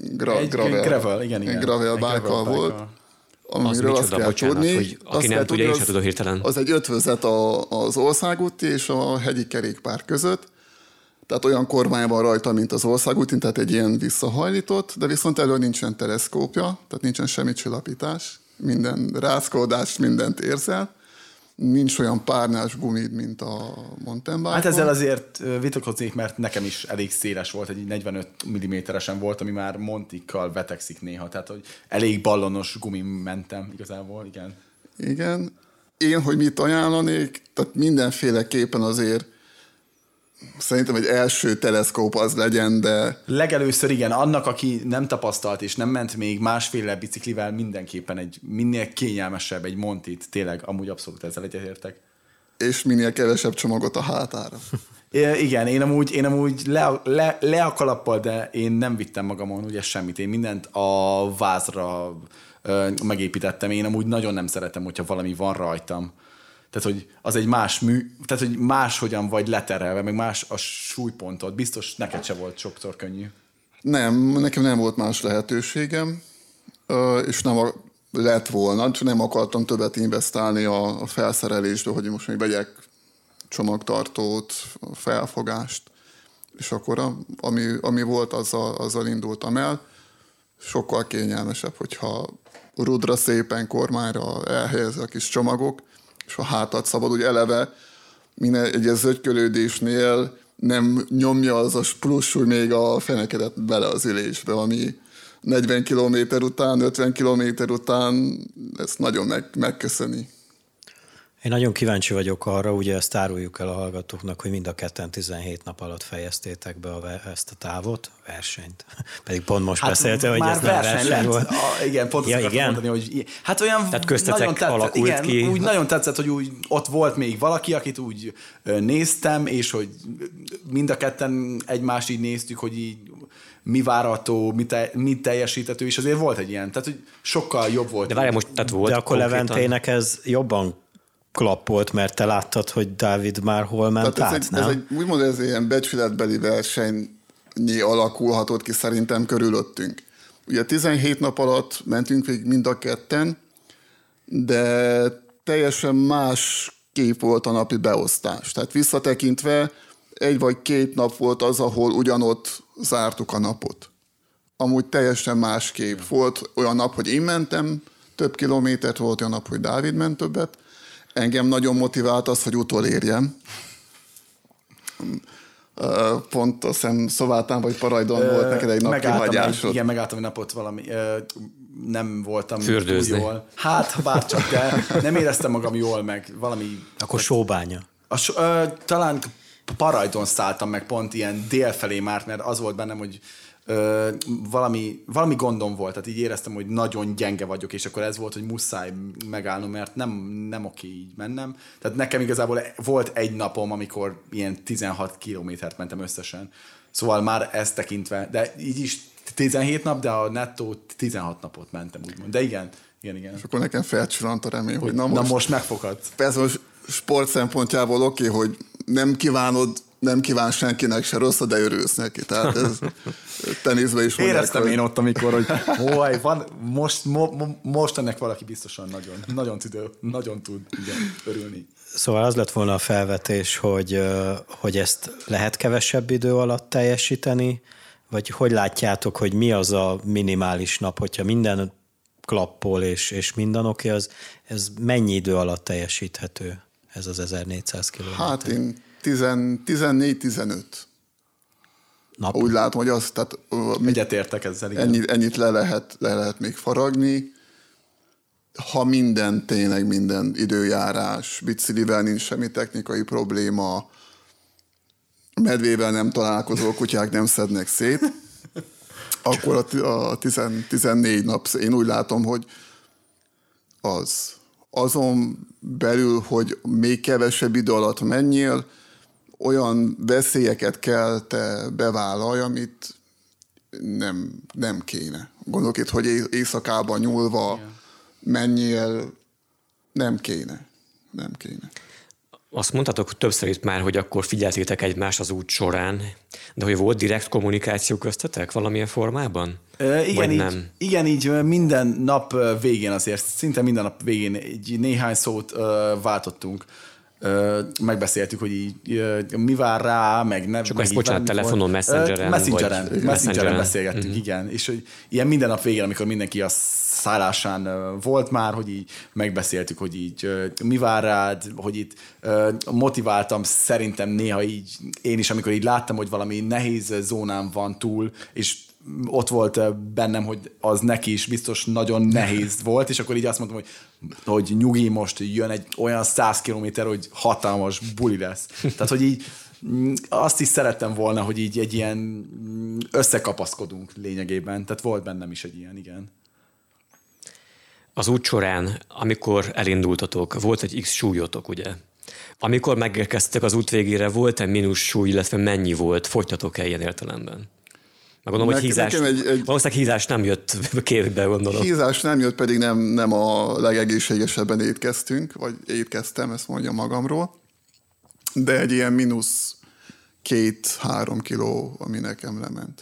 gravel bike-kal volt. Amiről azt kell tudni, hogy aki nem tudja, én sem tudom hirtelen. Az egy ötvözet az országúti és a hegyi kerékpár között. Tehát olyan kormány van rajta, mint az országútin, tehát egy ilyen visszahajlított, de viszont elől nincsen teleszkópja, tehát nincsen semmi csillapítás, minden rázkódást, mindent érzel. Nincs olyan párnás gumid, mint a mountain bike-on. Hát ezzel azért vitatkoznék, mert nekem is elég széles volt, egy 45 mm-esen volt, ami már montikkal vetekszik néha, tehát hogy elég ballonos gumin mentem igazából, igen. Igen. Én, hogy mit ajánlanék, tehát mindenféleképpen azért szerintem egy első teleszkóp az legyen, de... Legelőször igen, annak, aki nem tapasztalt és nem ment még másféle biciklivel, mindenképpen egy minél kényelmesebb, egy Montit, tényleg amúgy abszolút ezzel egyetértek. És minél kevesebb csomagot a hátára. Igen, én amúgy le a kalappal, de én nem vittem magamon ugye semmit, én mindent a vázra megépítettem, én amúgy nagyon nem szeretem, hogyha valami van rajtam. Tehát, hogy az egy más tehát, hogy máshogyan vagy leterelve, meg más a súlypontod. Biztos neked se volt sokszor könnyű. Nem, nekem nem volt más lehetőségem, és nem lett volna, nem akartam többet investálni a felszerelésbe, hogy most még vegyek csomagtartót, felfogást, és akkor ami volt, azzal indultam el. Sokkal kényelmesebb, hogyha rudra szépen kormányra elhelyezze a kis csomagok, és a hátat szabad, úgy eleve egy zögykölődésnél nem nyomja az a plusz, hogy még a fenekedet bele az ülésbe, ami 40 km után, 50 km után ezt nagyon megköszöni. Én nagyon kíváncsi vagyok arra, ugye ezt áruljuk el a hallgatóknak, hogy mind a ketten 17 nap alatt fejeztétek be ezt a távot, versenyt. Pedig pont most beszéltél, hogy ez nem verseny volt. Igen, pont azt akartam mondani, hogy hát olyan tehát köztetek alakult igen, ki. Úgy nagyon tetszett, hogy úgy ott volt még valaki, akit úgy néztem, és hogy mind a ketten egymást így néztük, hogy így mi várható, mi teljesíthető, és azért volt egy ilyen, tehát hogy sokkal jobb volt. De várjál, most tehát volt. De akkor Leventének ez jobban klappolt, mert te láttad, hogy Dávid már hol ment tehát át, nem? Ez egy, úgymond ez ilyen becsületbeli versenyi alakulhatott ki szerintem körülöttünk. Ugye 17 nap alatt mentünk végig mind a ketten, de teljesen más kép volt a napi beosztás. Tehát visszatekintve 1 vagy 2 nap volt az, ahol ugyanott zártuk a napot. Amúgy teljesen más kép volt. Olyan nap, hogy én mentem több kilométert, volt olyan nap, hogy Dávid ment többet. Engem nagyon motivált az, hogy utolérjem. Pont azt hiszem Szovátán vagy Parajdon volt neked egy nap kihagyásod. Igen, megálltam egy napot valami, nem voltam fürdőzni. túl jól. Hát, bárcsak, de nem éreztem magam jól, meg valami... Akkor Sóbánya. Talán Parajdon szálltam meg pont ilyen dél felé már, mert az volt bennem, hogy valami gondom volt, tehát így éreztem, hogy nagyon gyenge vagyok, és akkor ez volt, hogy muszáj megállnom, mert nem oké így mennem. Tehát nekem igazából volt egy napom, amikor ilyen 16 kilométert mentem összesen. Szóval már ezt tekintve, de így is 17 nap, de a nettó 16 napot mentem, úgymond. De igen. És akkor nekem felcsillant a remény, hogy na most megfoghatsz. Persze most sport szempontjából oké, hogy nem kíván senkinek se rosszat, de örülsz neki. Tehát ez teniszben is mondják. Éreztem én ott, amikor, hogy van, most ennek valaki biztosan nagyon tud igen, örülni. Szóval az lett volna a felvetés, hogy ezt lehet kevesebb idő alatt teljesíteni, vagy hogy látjátok, hogy mi az a minimális nap, hogyha minden klappol és minden oké, ez mennyi idő alatt teljesíthető, ez az 1400 km? Hát én 14-15. Nap. Úgy látom, hogy az, tehát egyetértek ezzel. Igen. Ennyit le lehet még faragni, ha tényleg minden időjárás, biciklivel nincs semmi technikai probléma, medvével nem találkozó, kutyák nem szednek szét, akkor a 14 nap, én úgy látom, hogy azon belül, hogy még kevesebb idő alatt menjél, olyan veszélyeket kell te bevállalj, amit nem kéne. Gondolok itt, hogy éjszakában nyúlva menjél, nem kéne. Azt mondtátok többször itt már, hogy akkor figyeltétek egymást az út során, de hogy volt direkt kommunikáció köztetek valamilyen formában? Igen, így minden nap végén azért, szinte minden nap végén így néhány szót váltottunk. Megbeszéltük, hogy így mi vár rá, meg nem. Csak ezt bocsánat, telefonon, messengeren beszélgettünk, igen. És hogy ilyen minden nap végén, amikor mindenki a szállásán volt már, hogy így megbeszéltük, hogy így mi vár rád, hogy itt motiváltam szerintem néha így én is, amikor így láttam, hogy valami nehéz zónám van túl, és ott volt bennem, hogy az neki is biztos nagyon nehéz volt, és akkor így azt mondtam, hogy nyugi, most jön egy olyan 100 kilométer, hogy hatalmas buli lesz. Tehát, hogy így azt is szerettem volna, hogy így egy ilyen összekapaszkodunk lényegében. Tehát volt bennem is egy ilyen, igen. Az út során, amikor elindultatok, volt egy X súlyotok, ugye? Amikor megérkeztetek az út végére, volt-e mínusz súly, illetve mennyi volt? Fogytatok-e ilyen értelemben? Meg gondolom, hogy valószínűleg hízás nem jött képbe, gondolom. Hízás nem jött, pedig nem a legegészségesebben étkeztünk, vagy étkeztem, ezt mondja magamról, de egy ilyen mínusz 2-3 kiló, ami nekem lement.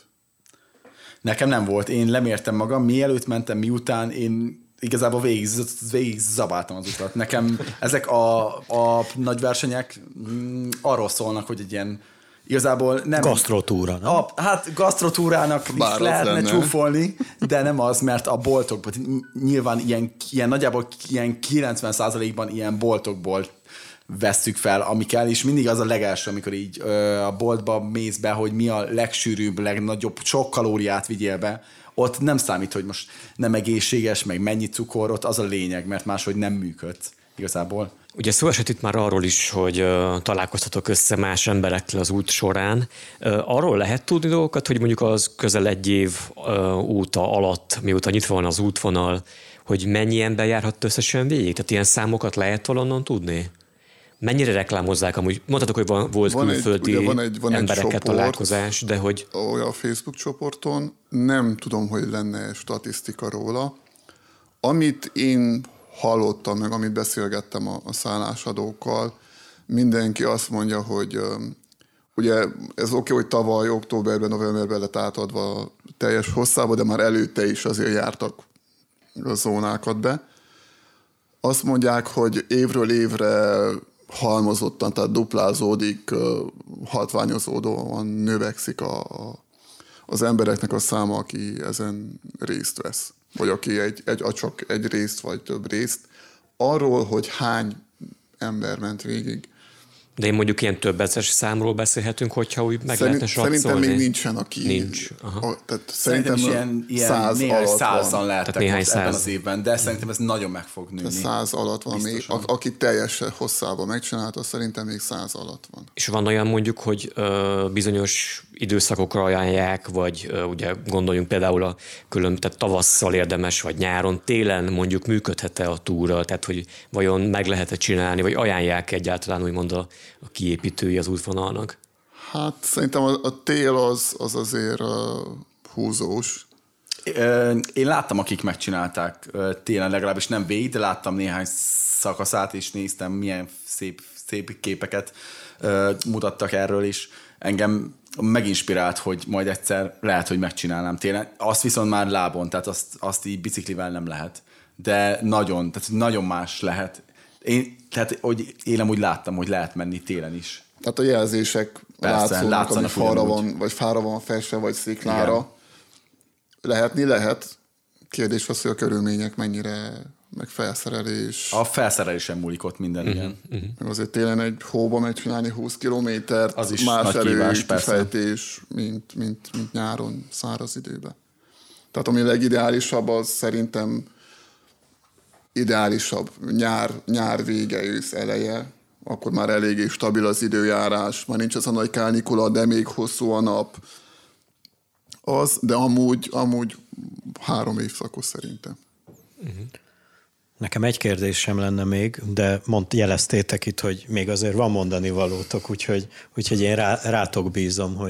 Nekem nem volt. Én lemértem magam, mielőtt mentem, miután én igazából végig zabáltam az utat. Nekem ezek a nagy versenyek arról szólnak, hogy egy ilyen igazából nem... Gasztrotúra, nem? Hát gasztrotúrának is lehetne csúfolni, de nem az, mert a boltokban, nyilván ilyen nagyjából ilyen 90%-ban ilyen boltokból vesszük fel, ami kell, és mindig az a legelső, amikor így a boltba mész be, hogy mi a legsűrűbb, legnagyobb, sok kalóriát vigyél be, ott nem számít, hogy most nem egészséges, meg mennyi cukor, ott az a lényeg, mert máshogy nem működsz igazából. Ugye szó esett itt már arról is, hogy találkoztatok össze más emberekkel az út során. Arról lehet tudni dolgokat, hogy mondjuk az közel egy év óta alatt, mióta nyitva van az útvonal, hogy mennyi ember járhat összesen végig? Tehát ilyen számokat lehet valonnan tudni? Mennyire reklámozzák amúgy? Mondhatok, hogy volt külföldi emberekkel találkozás, de hogy... A Facebook csoporton nem tudom, hogy lenne statisztika róla. Amit én hallottam, meg amit beszélgettem a szállásadókkal, mindenki azt mondja, hogy ugye ez oké, hogy tavaly októberben, novemberben lett átadva teljes hosszába, de már előtte is azért jártak a zónákat be. Azt mondják, hogy évről évre halmozottan, tehát duplázódik, hatványozódóan növekszik az embereknek a száma, aki ezen részt vesz. Vagy aki csak egy részt, vagy több részt. Arról, hogy hány ember ment végig. De én mondjuk ilyen több ezres számról beszélhetünk, hogyha úgy meg lehetne satszolni. Szerintem még nincsen, aki... Nincs. Tehát szerintem ilyen 100 néhány alatt százan lehettek néhány ebben az évben, de szerintem ez nagyon meg fog nőni. 100 alatt van még. Aki teljes hosszában megcsinálta, szerintem még 100 alatt van. És van olyan mondjuk, hogy bizonyos időszakokra ajánlják, vagy ugye gondoljunk például tehát tavasszal érdemes, vagy nyáron, télen mondjuk működhet-e a túra, tehát hogy vajon meg lehet-e csinálni, vagy ajánlják egyáltalán úgymond a kiépítői az útvonalnak? Hát szerintem a tél az azért húzós. Én láttam, akik megcsinálták télen, legalábbis nem végig, de láttam néhány szakaszát, és néztem, milyen szép képeket mutattak erről is. Engem meginspirált, hogy majd egyszer lehet, hogy megcsinálnám télen. Azt viszont már lábon, tehát azt így biciklivel nem lehet. De nagyon más lehet. Én úgy láttam, hogy lehet menni télen is. Tehát a jelzések látszanak, ami falra van, vagy fára van festve, vagy sziklára. Igen. Lehetni lehet. Kérdés az, hogy a körülmények mennyire, meg felszerelés. A felszerelésen múlik ott minden, igen. Meg azért télen egy hóba megy csinálni 20 kilométert, az is más kifejtés, mint nyáron, száraz időben. Tehát ami legideálisabb, az szerintem ideálisabb nyár vége, ősz eleje, akkor már eléggé stabil az időjárás, már nincs az a nagy kánikula, de még hosszú a nap. De amúgy 3 évszakos szerintem. Nekem egy kérdésem lenne még, de jeleztétek itt, hogy még azért van mondani valótok, úgyhogy én rátok bízom, hogy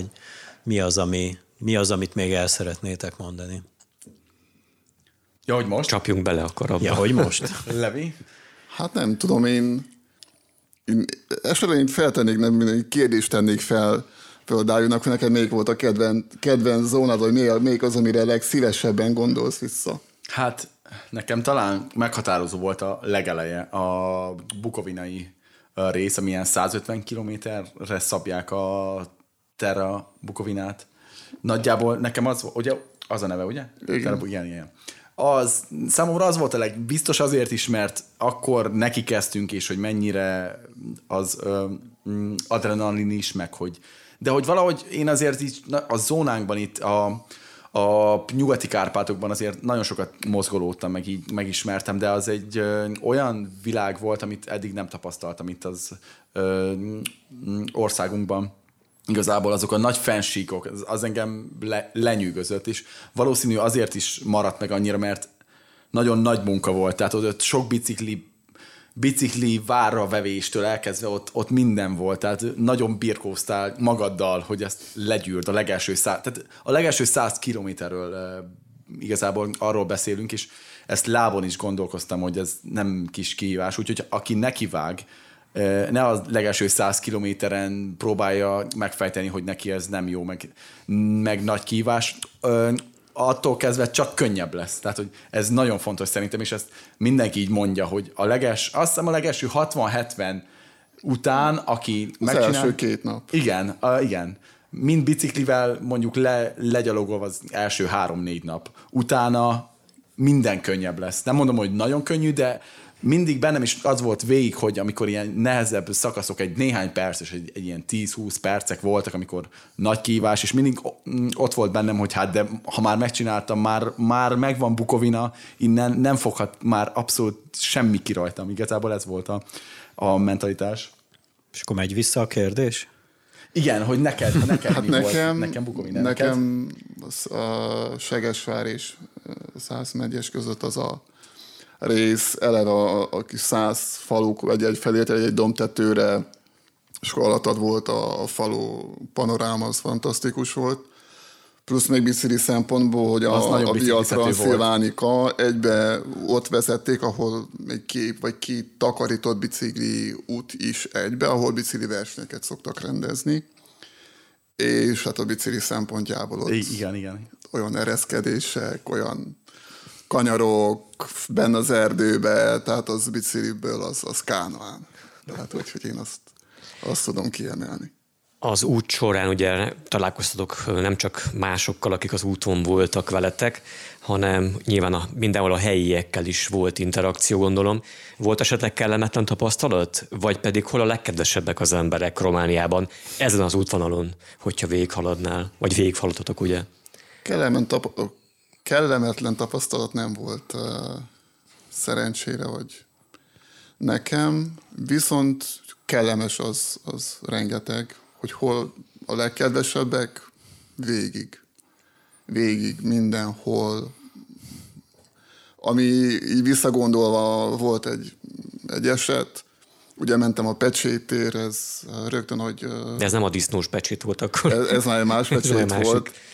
mi az, amit még el szeretnétek mondani. Ja, hogy most? Csapjunk bele akkor abba. Ja, hogy most? Levi? Hát nem tudom, én esetleg feltennék, nem kérdést tennék fel Dájúnak, hogy neked még volt a kedvenc zónád, vagy még az, amire legszívesebben gondolsz vissza? Hát nekem talán meghatározó volt a legeleje, a bukovinai rész, amilyen 150 kilométerre szabják a Terra Bukovinát. Nagyjából nekem az a neve, ugye? Igen. Számomra az volt a legbiztos azért is, mert akkor neki kezdtünk, és hogy mennyire az adrenalin is, meg hogy... De hogy valahogy én azért így a zónánkban itt a nyugati Kárpátokban azért nagyon sokat mozgolódtam, meg így megismertem, de az egy olyan világ volt, amit eddig nem tapasztaltam itt az országunkban. Igazából azok a nagy fensíkok, az engem lenyűgözött, és valószínű azért is maradt meg annyira, mert nagyon nagy munka volt, tehát ott sok bicikli várra vevéstől elkezdve ott minden volt, tehát nagyon birkóztál magaddal, hogy ezt legyűrd a legelső 100 kilométerről igazából arról beszélünk, és ezt lábon is gondolkoztam, hogy ez nem kis kihívás, úgyhogy aki nekivág, ne a legelső 100 kilométeren próbálja megfejteni, hogy neki ez nem jó, meg nagy kihívás, attól kezdve csak könnyebb lesz. Tehát, hogy ez nagyon fontos szerintem, és ezt mindenki így mondja, hogy azt hiszem a legelső 60-70 után, aki megcsinál... Az első 2 nap. Igen. Mind biciklivel mondjuk legyalogolva az első 3-4 nap. Utána minden könnyebb lesz. Nem mondom, hogy nagyon könnyű, de mindig bennem is az volt végig, hogy amikor ilyen nehezebb szakaszok, egy néhány perc, és egy ilyen 10-20 percek voltak, amikor nagy kihívás, és mindig ott volt bennem, hogy hát de ha már megcsináltam, már megvan Bukovina, innen nem foghat már abszolút semmi ki rajtam. Igazából ez volt a mentalitás. És akkor megy vissza a kérdés? Igen, hogy neked hát mi volt? Nekem Bukovina. Nekem a Segesvár és Szászmegyes között az a rész, eleve a kis 100 faluk, egy felért egy dombtetőre, és alattad volt a falu panoráma, az fantasztikus volt. Plusz még bicikli szempontból, hogy a Via Transzilvánika egybe ott vezették, ahol még 2 takarított bicikli út is egybe, ahol bicikli versenyeket szoktak rendezni. És hát a bicikli szempontjából ott igen. olyan ereszkedések, olyan kanyarok benne az erdőbe, tehát az bicikliből az kánoán. Tehát úgyhogy én azt tudom kiemelni. Az út során ugye találkoztatok nem csak másokkal, akik az úton voltak veletek, hanem nyilván mindenhol a helyiekkel is volt interakció, gondolom. Volt esetleg kellemetlen tapasztalat? Vagy pedig hol a legkedvesebbek az emberek Romániában ezen az útvonalon, hogyha végighaladnál? Vagy végighaladtatok, ugye? Kellemetlen tapasztalat nem volt szerencsére, vagy nekem, viszont kellemes az rengeteg, hogy hol a legkedvesebbek, végig mindenhol. Ami így visszagondolva volt egy eset, ugye mentem a Pecsét-tér, ez rögtön, hogy... De ez nem a disznós pecsét volt akkor. Ez már egy más pecsét volt.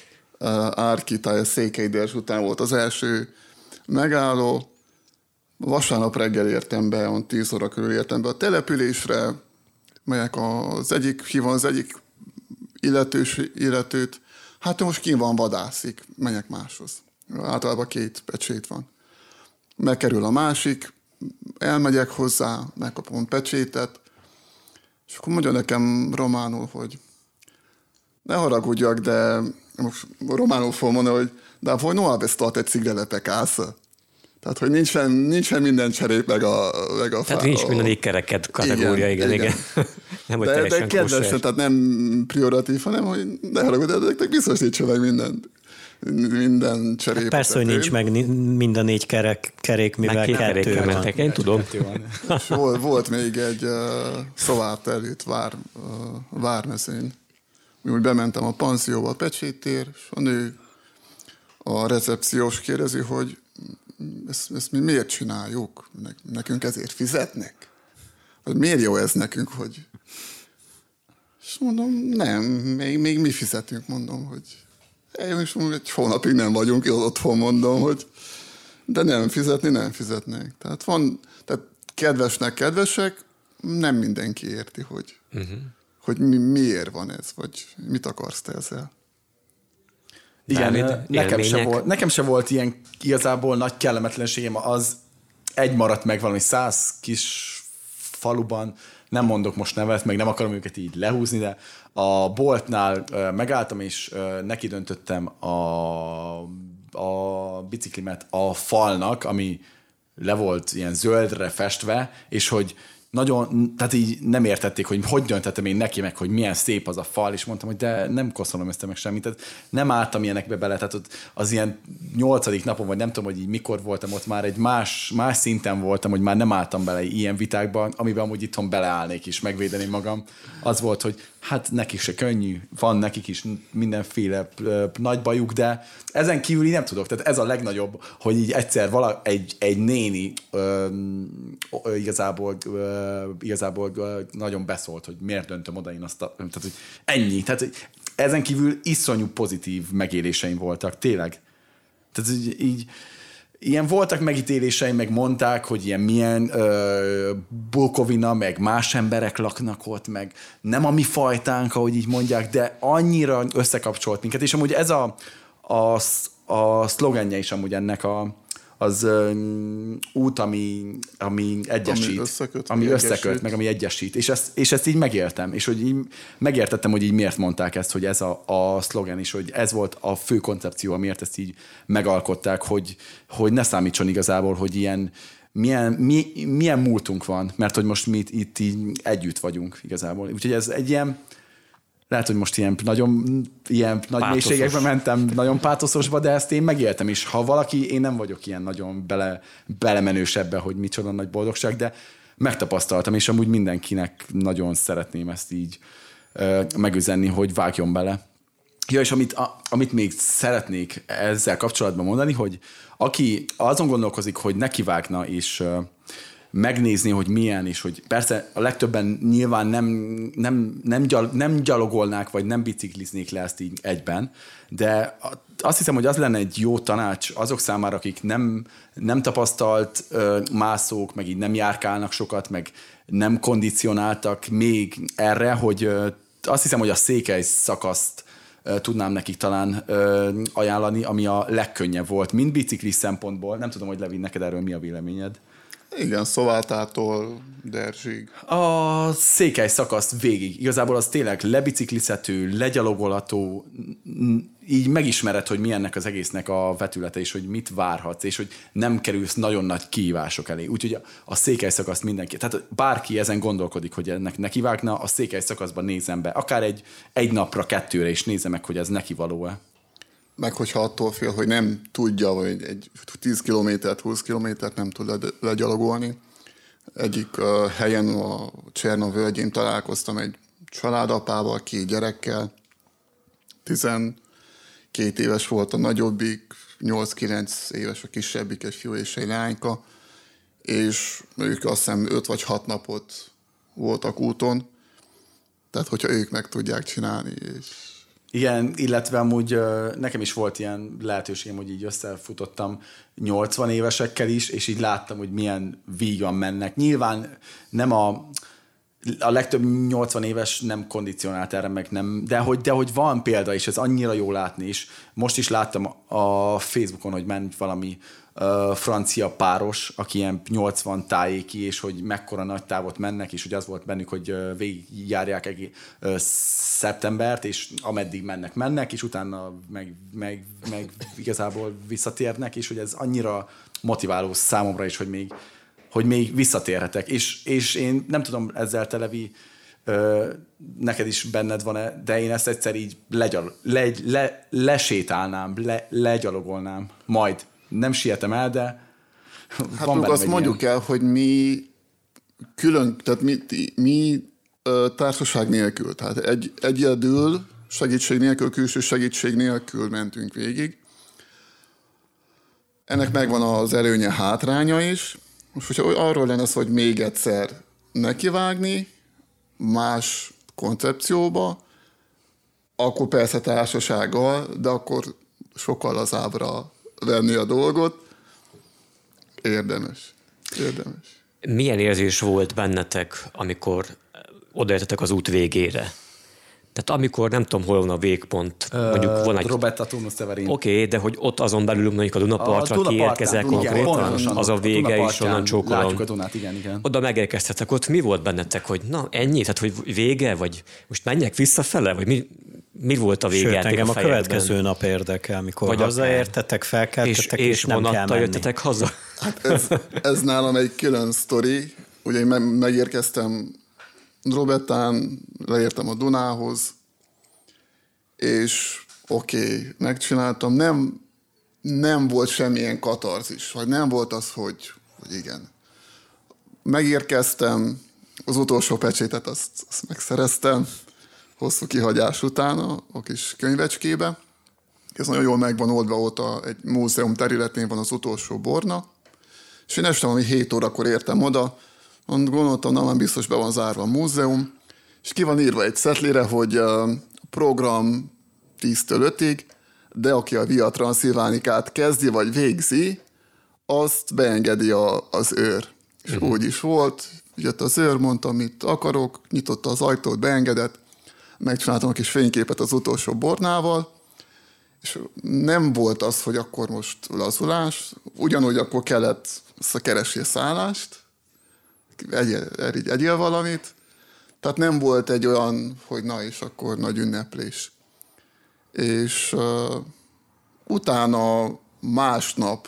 Árkitáj, Székelydes után volt az első megálló. Vasárnap reggel értem be, 10 óra körül értem be a településre, melyek hívom az egyik illetőt, hát most kín van, vadászik, menjek máshoz. Általában 2 pecsét van. Megkerül a másik, elmegyek hozzá, megkapom pecsétet, és akkor mondja nekem románul, hogy ne haragudjak, de most románul fogom mondani, hogy de voi nu aveți toate țiglele pe casă. Tehát, hogy nincsen minden cserép meg a Tehát nincs mindegyik kereket kategória, igen. Nem, hogy de kedvesen, tehát nem prioratív, hanem, hogy ne haragudj, de biztos nincs meg minden cserép. Hát persze, hogy nincs meg mind a 4 kerék, mivel 2 van. Mentek, én tudom. És volt még egy Szovát előtt Vármezőn. Úgy bementem a panzióba a pecséttér, és a nő, a recepciós kérdezi, hogy ezt mi miért csináljuk? Nekünk ezért fizetnek? Vagy miért jó ez nekünk, hogy... És mondom, nem, még mi fizetünk, mondom, hogy... Én is mondom, egy hónapig nem vagyunk otthon, mondom, hogy... De nem fizetnek. Tehát kedvesek, nem mindenki érti, hogy miért van ez, vagy mit akarsz te ezzel. Igen, nekem se volt ilyen igazából nagy kellemetlenségem, az egy maradt meg valami 100 kis faluban, nem mondok most nevet, meg nem akarom őket így lehúzni, de a boltnál megálltam, és neki döntöttem a biciklimet a falnak, ami le volt ilyen zöldre festve, és hogy nagyon, tehát így nem értették, hogy döntettem én neki meg, hogy milyen szép az a fal, és mondtam, hogy de nem koszolom ezt meg semmit, tehát nem álltam ilyenekbe bele, tehát ott az ilyen 8. napon, vagy nem tudom, hogy így mikor voltam ott, már egy más szinten voltam, hogy már nem álltam bele ilyen vitákban, amiben amúgy itthon beleállnék is, megvédeném magam. Az volt, hogy hát nekik se könnyű, van nekik is mindenféle nagy bajuk, de ezen kívül így nem tudok, tehát ez a legnagyobb, hogy így egyszer egy néni igazából nagyon beszólt, hogy miért döntöm oda én azt, tehát hogy ennyi, tehát ezen kívül iszonyú pozitív megéléseim voltak, tényleg. Tehát így ilyen voltak megítéléseim, meg mondták, hogy ilyen milyen Bukovina, meg más emberek laknak ott, meg nem a mi fajtánk, ahogy így mondják, de annyira összekapcsolt minket, és amúgy ez a szlogenje is amúgy ennek az út, ami egyesít, ami összeköt, meg ami egyesít. És ezt így megéltem, és hogy így megértettem, hogy így miért mondták ezt, hogy ez a szlogen is, hogy ez volt a fő koncepció, amiért ezt így megalkották, hogy ne számítson igazából, hogy ilyen milyen múltunk van, mert hogy most mi itt így együtt vagyunk igazából. Úgyhogy ez egy ilyen, lehet, hogy most ilyen nagy mélységekbe mentem, nagyon pátoszosba, de ezt én megéltem is. Ha valaki, én nem vagyok ilyen nagyon belemenős ebbe, hogy micsoda nagy boldogság, de megtapasztaltam, és amúgy mindenkinek nagyon szeretném ezt így megüzenni, hogy vágjon bele. Ja, és amit még szeretnék ezzel kapcsolatban mondani, hogy aki azon gondolkozik, hogy nekivágna, és megnézni, hogy milyen, és hogy persze a legtöbben nyilván nem gyalogolnák, vagy nem bicikliznék le ezt így egyben, de azt hiszem, hogy az lenne egy jó tanács azok számára, akik nem tapasztalt mászók, meg így nem járkálnak sokat, meg nem kondicionáltak még erre, hogy azt hiszem, hogy a Székely szakaszt tudnám nekik talán ajánlani, ami a legkönnyebb volt, mind biciklis szempontból. Nem tudom, hogy Levi, neked erről mi a véleményed? Igen, Szovátától Derzsig. A Székely szakaszt végig. Igazából az tényleg lebiciklizhető, legyalogolható, így megismered, hogy milyennek az egésznek a vetülete, és hogy mit várhatsz, és hogy nem kerülsz nagyon nagy kihívások elé. Úgyhogy a Székely szakaszt mindenki. Tehát bárki ezen gondolkodik, hogy ennek nekivágna, a Székely szakaszban nézem be. Akár egy napra, 2-re is nézem meg, hogy ez neki való-e. Meg hogyha attól fél, hogy nem tudja, hogy egy 10 kilométert, 20 kilométert nem tud legyalogolni. Egyik helyen, a Cserna völgyén találkoztam egy családapával, 2 gyerekkel. 12 éves volt a nagyobbik, 8-9 éves a kisebbik, egy fiú és egy lányka, és ők azt hiszem 5 vagy 6 napot voltak úton. Tehát, hogyha ők meg tudják csinálni, és Igen, illetve amúgy nekem is volt ilyen lehetőségem, hogy így összefutottam 80 évesekkel is, és így láttam, hogy milyen vígan mennek. Nyilván nem a legtöbb 80 éves nem kondicionált erre, meg nem, de hogy van példa, és ez annyira jó látni is. Most is láttam a Facebookon, hogy ment valami francia páros, aki ilyen 80 tájéki, és hogy mekkora nagy távot mennek, és hogy az volt bennük, hogy végigjárják szeptembert, és ameddig mennek, és utána meg igazából visszatérnek, és hogy ez annyira motiváló számomra is, hogy még visszatérhetek. És én nem tudom, ezzel te, Levi, neked is benned van-e, de én ezt egyszer így lesétálnám, legyalogolnám, majd. Nem sietem el, de hát van azt mondjuk el, hogy mi külön, tehát mi társaság nélkül, tehát egyedül, segítség nélkül, külső segítség nélkül mentünk végig. Ennek megvan az előnye, hátránya is. Most, hogyha arról lenne szó, hogy még egyszer nekivágni, más koncepcióba, akkor persze társasággal, de akkor sokkal lazábbra venni a dolgot. Érdemes. Milyen érzés volt bennetek, amikor odaértetek az út végére? Tehát amikor nem tudom, hol van a végpont, mondjuk van egy... Roberta Turnuszteverin. Oké, de hogy ott azon belül mondjuk a Dunapartra kiérkezel konkrétan, az a vége is, onnan csókolom. Látjuk a Dunát, igen. Oda megérkeztetek, ott mi volt bennetek, hogy na ennyi, tehát hogy vége, vagy most menjek visszafele, vagy mi volt a vége? Sőt, engem a következő nap érdekel, amikor vagy hazaértetek, felkeltetek, és nem kell menni. Jöttetek haza? Hát ez nálam egy külön sztori. Ugye én megérkeztem Drobettán, leértem a Dunához, és megcsináltam. Nem volt semmilyen katarzis, vagy nem volt az, hogy igen. Megérkeztem, az utolsó pecsétet azt megszereztem, hosszú kihagyás után a kis könyvecskébe. Ez nagyon jól megvan oldva, ott egy múzeum területén van az utolsó borna, és én este valami 7 órakor értem oda, gondoltam, nem biztos be van zárva a múzeum, és ki van írva egy szetlire, hogy program 10-től 5-ig, de aki a Via Transzilvánikát kezdi vagy végzi, azt beengedi az őr. És úgy is volt, jött az őr, mondta, mit akarok, nyitotta az ajtót, beengedett, megcsináltam a kis fényképet az utolsó bornával, és nem volt az, hogy akkor most lazulás, ugyanúgy akkor kellett keresni szállást, egyél valamit, tehát nem volt egy olyan, hogy na és akkor nagy ünneplés. És utána másnap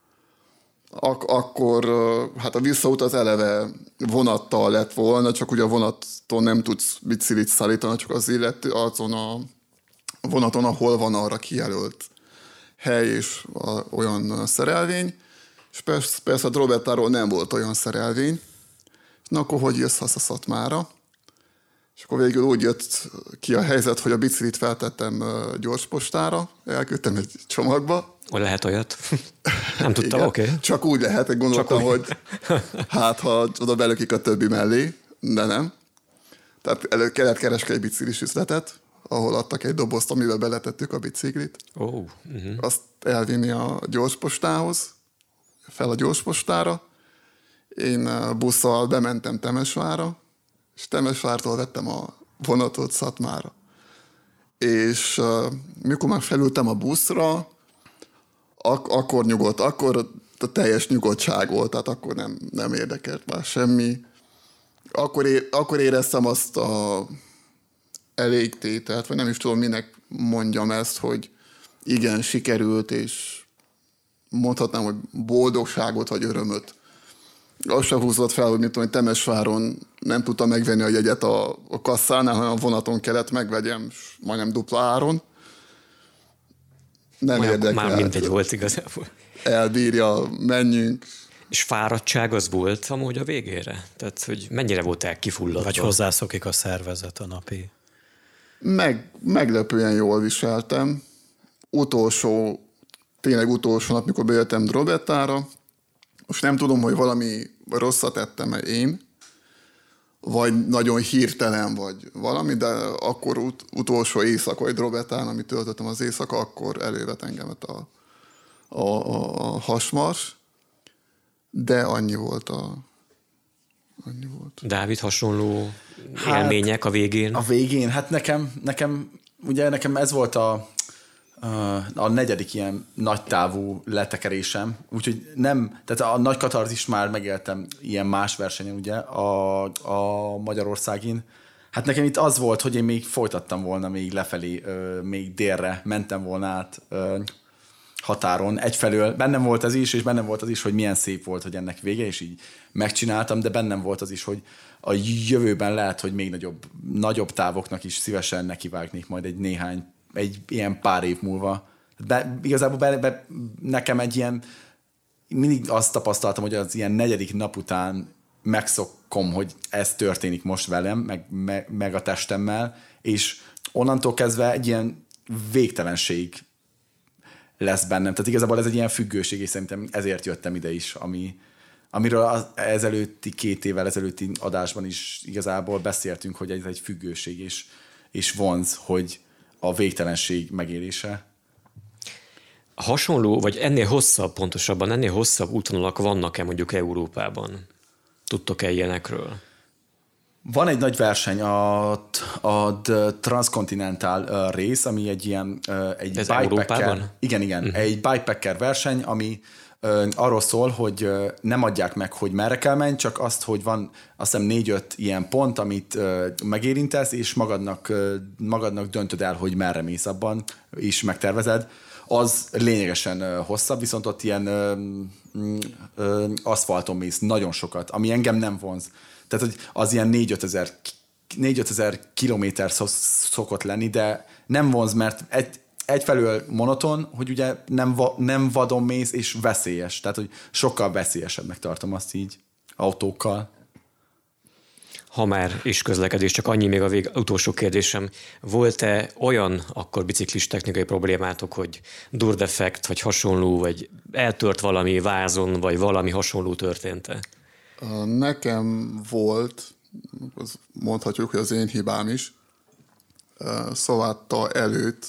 akkor hát a visszaút az eleve vonattal lett volna, csak ugye a vonattól nem tudsz biciklit szállítani, csak az illető azon a vonaton, ahol van arra kijelölt hely és olyan szerelvény, és persze a Drobettáról nem volt olyan szerelvény. Na akkor hogy jössz haza Szatmára? És akkor végül úgy jött ki a helyzet, hogy a biciklit feltettem gyorspostára, elküldtem egy csomagba. Hogy lehet olyat? Nem tudtam, oké. Csak úgy lehet, gondoltam, hogy hát ha oda belökik a többi mellé, de nem. Tehát előtt kellett keresni egy biciklis üzletet, ahol adtak egy dobozt, amivel beletettük a biciklit. Azt elvinni a gyorspostához, fel a gyorspostára. Én busszal bementem Temesvárra, és Temesvártól vettem a vonatot Szatmára. És mikor már felültem a buszra, akkor nyugodt, akkor a teljes nyugodtság volt, tehát akkor nem érdekelt már semmi. Akkor éreztem azt a elégtételt, vagy nem is tudom, minek mondjam ezt, hogy igen, sikerült, és mondhatnám, hogy boldogságot, vagy örömöt. Azt sem húzott fel, hogy mit tudom, hogy Temesváron nem tudtam megvenni a jegyet a kasszánál, hanem a vonaton kellett megvegyem, majdnem dupla áron. Nem érdekel. Már mindegy volt igazából. Elbírja, menjünk. És fáradtság az volt amúgy a végére? Tehát, hogy mennyire volt kifulladva? Vagy hozzászokik a szervezet a napi? Meglepően jól viseltem. Tényleg utolsó nap, mikor bejöttem Drobettára, most nem tudom, hogy valami rosszat tettem-e én. vagy nagyon hirtelen, vagy valami, de akkor utolsó éjszaka, vagy Drobetán, amit töltöttem az éjszaka, akkor elővet engemet a hasmars, de annyi volt. Dávid, hasonló élmények a végén? A végén? Hát nekem ez volt a negyedik ilyen nagy távú letekerésem, úgyhogy tehát a nagy katarzist már megéltem ilyen más versenyen, ugye, a Magyarországin. Hát nekem itt az volt, hogy én még folytattam volna még lefelé, még délre mentem volna át határon. Egyfelől bennem volt ez is, és bennem volt az is, hogy milyen szép volt, hogy ennek vége, és így megcsináltam, de bennem volt az is, hogy a jövőben lehet, hogy még nagyobb távoknak is szívesen nekivágnék majd egy ilyen pár év múlva. Igazából nekem egy ilyen, mindig azt tapasztaltam, hogy az ilyen negyedik nap után megszokom, hogy ez történik most velem, meg a testemmel, és onnantól kezdve egy ilyen végtelenség lesz bennem. Tehát igazából ez egy ilyen függőség, és szerintem ezért jöttem ide is, amiről az ezelőtti 2 évvel ezelőtti adásban is igazából beszéltünk, hogy ez egy függőség, és vonz, hogy a végtelenség megélése. Hasonló, vagy ennél hosszabb útvonalak vannak-e mondjuk Európában? Tudtok-e ilyenekről? Van egy nagy verseny, a Transcontinental Race, ami egy ilyen egy ez bikepacker. Európában? Igen, egy bikepacker verseny, ami arról szól, hogy nem adják meg, hogy merre kell menni, csak azt, hogy van azt hiszem 4-5 ilyen pont, amit megérintesz, és magadnak döntöd el, hogy merre mész abban, és megtervezed. Az lényegesen hosszabb, viszont ott ilyen aszfalton mész nagyon sokat, ami engem nem vonz. Tehát, hogy az ilyen 4-5 ezer kilométer szokott lenni, de nem vonz, mert egyfelől monoton, hogy ugye nem vadon mész, és veszélyes. Tehát, hogy sokkal veszélyesebbnek tartom azt így autókkal. Ha már is közlekedés, csak annyi még utolsó kérdésem. Volt-e olyan akkor biciklis technikai problémátok, hogy durdefekt, vagy hasonló, vagy eltört valami vázon, vagy valami hasonló történt-e? Nekem volt, mondhatjuk, hogy az én hibám is, Szovátta előtt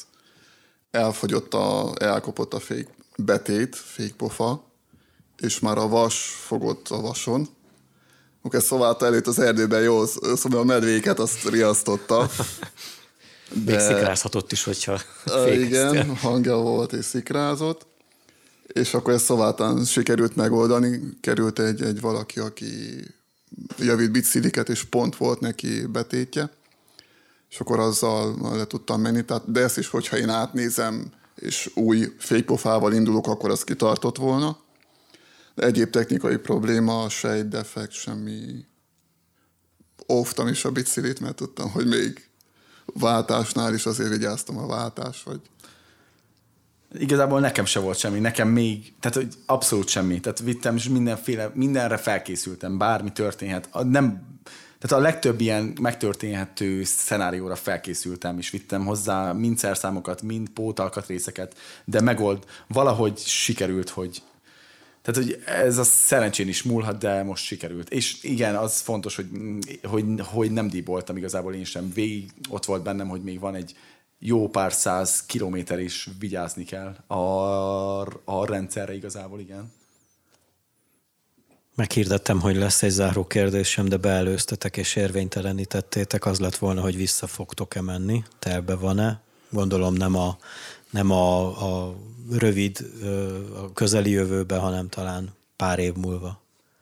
elkopott a fékpofa, és már a vas fogott a vason. Akkor Szovátta előtt az erdőben jó, szóval a medvéket azt riasztotta. Még szikrázhatott is, hogyha fékeztél. Igen, hangja volt és szikrázott. És akkor ezt Szovátán sikerült megoldani. Került egy valaki, aki javít bicikliket, és pont volt neki betétje. És akkor azzal le tudtam menni. De ezt is, hogyha én átnézem, és új fékpofával indulok, akkor az kitartott volna. De egyéb technikai probléma, sejtdefekt, semmi. Óvtam is a biciklit, mert tudtam, hogy még váltásnál is azért vigyáztam a váltás, vagy... Igazából nekem se volt semmi, nekem még, tehát hogy abszolút semmi. Tehát vittem, és mindenre felkészültem, bármi történhet. Tehát a legtöbb ilyen megtörténhető szenárióra felkészültem, és vittem hozzá mind szerszámokat, mind pótalkatrészeket, de valahogy sikerült, hogy ez a szerencsén is múlhat, de most sikerült. És igen, az fontos, hogy nem díboltam igazából én sem. Végig ott volt bennem, hogy még van egy jó pár 100 kilométer is vigyázni kell a rendszerre igazából, igen. Meghirdettem, hogy lesz egy záró kérdésem, de beelőztetek és érvénytelenítettétek. Az lett volna, hogy vissza fogtok-e menni. Terve van-e? Gondolom nem a rövid, a közeli jövőben, hanem talán pár év múlva.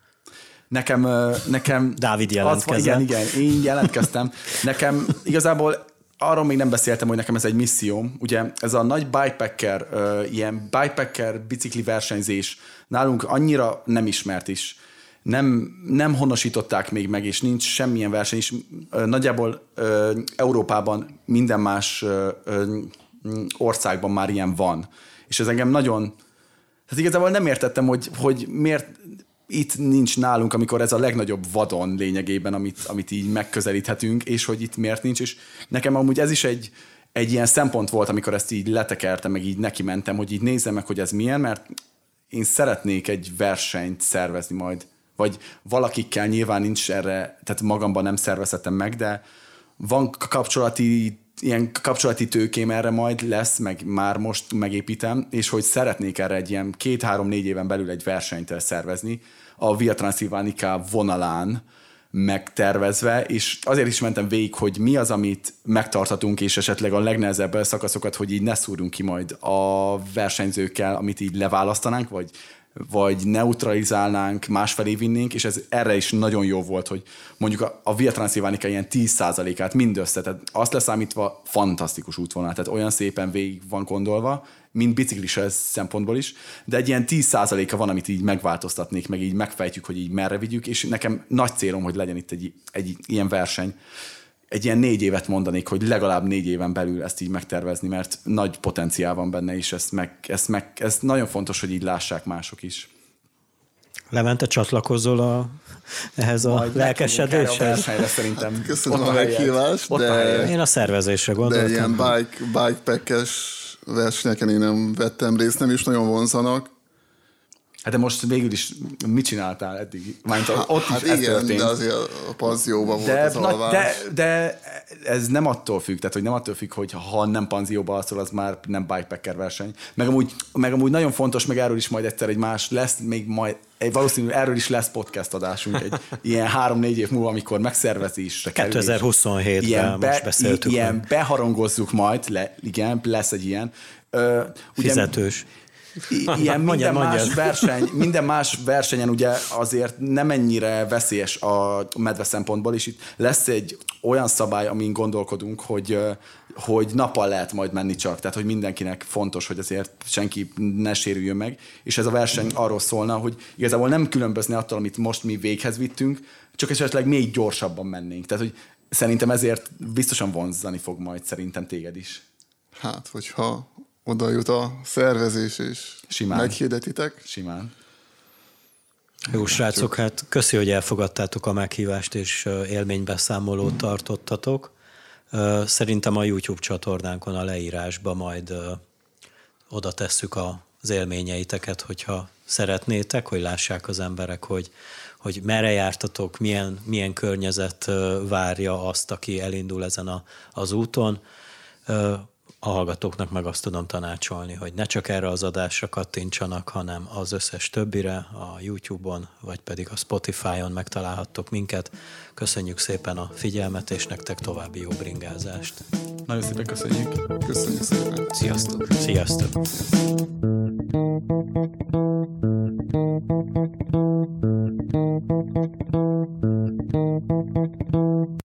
Nekem Dávid jelentkezett. Igen, én jelentkeztem. Nekem igazából arról még nem beszéltem, hogy nekem ez egy misszióm. Ugye ez a nagy bikepacker, ilyen bikepacker bicikli versenyzés nálunk annyira nem ismert is. Nem honosították még meg, és nincs semmilyen verseny is. Nagyjából Európában minden más országban már ilyen van. És ez engem nagyon... Tehát igazából nem értettem, hogy miért itt nincs nálunk, amikor ez a legnagyobb vadon lényegében, amit így megközelíthetünk, és hogy itt miért nincs. És nekem amúgy ez is egy ilyen szempont volt, amikor ezt így letekertem, meg így neki mentem, hogy így nézzem meg, hogy ez milyen, mert én szeretnék egy versenyt szervezni majd vagy valakikkel nyilván nincs erre, tehát magamban nem szervezhetem meg, de van ilyen kapcsolati tőkém erre majd lesz, meg már most megépítem, és hogy szeretnék erre egy ilyen 2-3-4 éven belül egy versenyt szervezni a Via Transilvanica vonalán megtervezve, és azért is mentem végig, hogy mi az, amit megtarthatunk, és esetleg a legnehezebb szakaszokat, hogy így ne szúrjunk ki majd a versenyzőkkel, amit így leválasztanánk, vagy neutralizálnánk, másfelé vinnénk, és ez erre is nagyon jó volt, hogy mondjuk a Via Transilvanica ilyen 10%-át mindössze, tehát azt leszámítva fantasztikus útvonal, tehát olyan szépen végig van gondolva, mint biciklis ez szempontból is, de egy ilyen 10%-a van, amit így megváltoztatnék, meg így megfejtjük, hogy így merre vigyük, és nekem nagy célom, hogy legyen itt egy ilyen verseny. Egy ilyen 4 évet mondanék, hogy legalább 4 éven belül ezt így megtervezni, mert nagy potenciál van benne, és ezt nagyon fontos, hogy így lássák mások is. Levente, csatlakozol ehhez a lelkesedéshez? Szerintem. Köszönöm a meghívást, de én a szervezésre gondoltam. De ilyen bikepackes versenyeken én nem vettem részt, nem is nagyon vonzanak. Hát de most végül is mit csináltál eddig? Ott hát igen, történt. De azért a panzióban volt az alvás. De ez nem attól függ, tehát hogy nem attól függ, hogy ha nem panzióban alszol, az már nem bikepacker verseny. Meg amúgy nagyon fontos, meg erről is majd egyszer egy más lesz, még majd valószínűleg erről is lesz podcast adásunk egy ilyen 3-4 év múlva, amikor megszervezésre kerül. 2027-ben most beszéltük. Ilyen beharangozzuk majd, igen, lesz egy ilyen. Fizetős. Ilyen minden más versenyen ugye azért nem ennyire veszélyes a medve szempontból, és itt lesz egy olyan szabály, amin gondolkodunk, hogy nappal lehet majd menni csak, tehát hogy mindenkinek fontos, hogy azért senki ne sérüljön meg, és ez a verseny arról szólna, hogy igazából nem különbözne attól, amit most mi véghez vittünk, csak esetleg még gyorsabban mennénk. Tehát, hogy szerintem ezért biztosan vonzani fog majd szerintem téged is. Hát, hogyha oda jut a szervezés, és simán meghirdetitek. Simán. Jó, srácok, hát köszi, hogy elfogadtátok a meghívást, és élménybeszámolót tartottatok. Szerintem a YouTube csatornánkon a leírásba majd oda tesszük az élményeiteket, hogyha szeretnétek, hogy lássák az emberek, hogy merre jártatok, milyen környezet várja azt, aki elindul ezen az úton. A hallgatóknak meg azt tudom tanácsolni, hogy ne csak erre az adásra kattintsanak, hanem az összes többire, a YouTube-on, vagy pedig a Spotify-on megtalálhattok minket. Köszönjük szépen a figyelmet, és nektek további jó bringázást. Nagyon szépen köszönjük. Köszönjük szépen. Sziasztok. Sziasztok.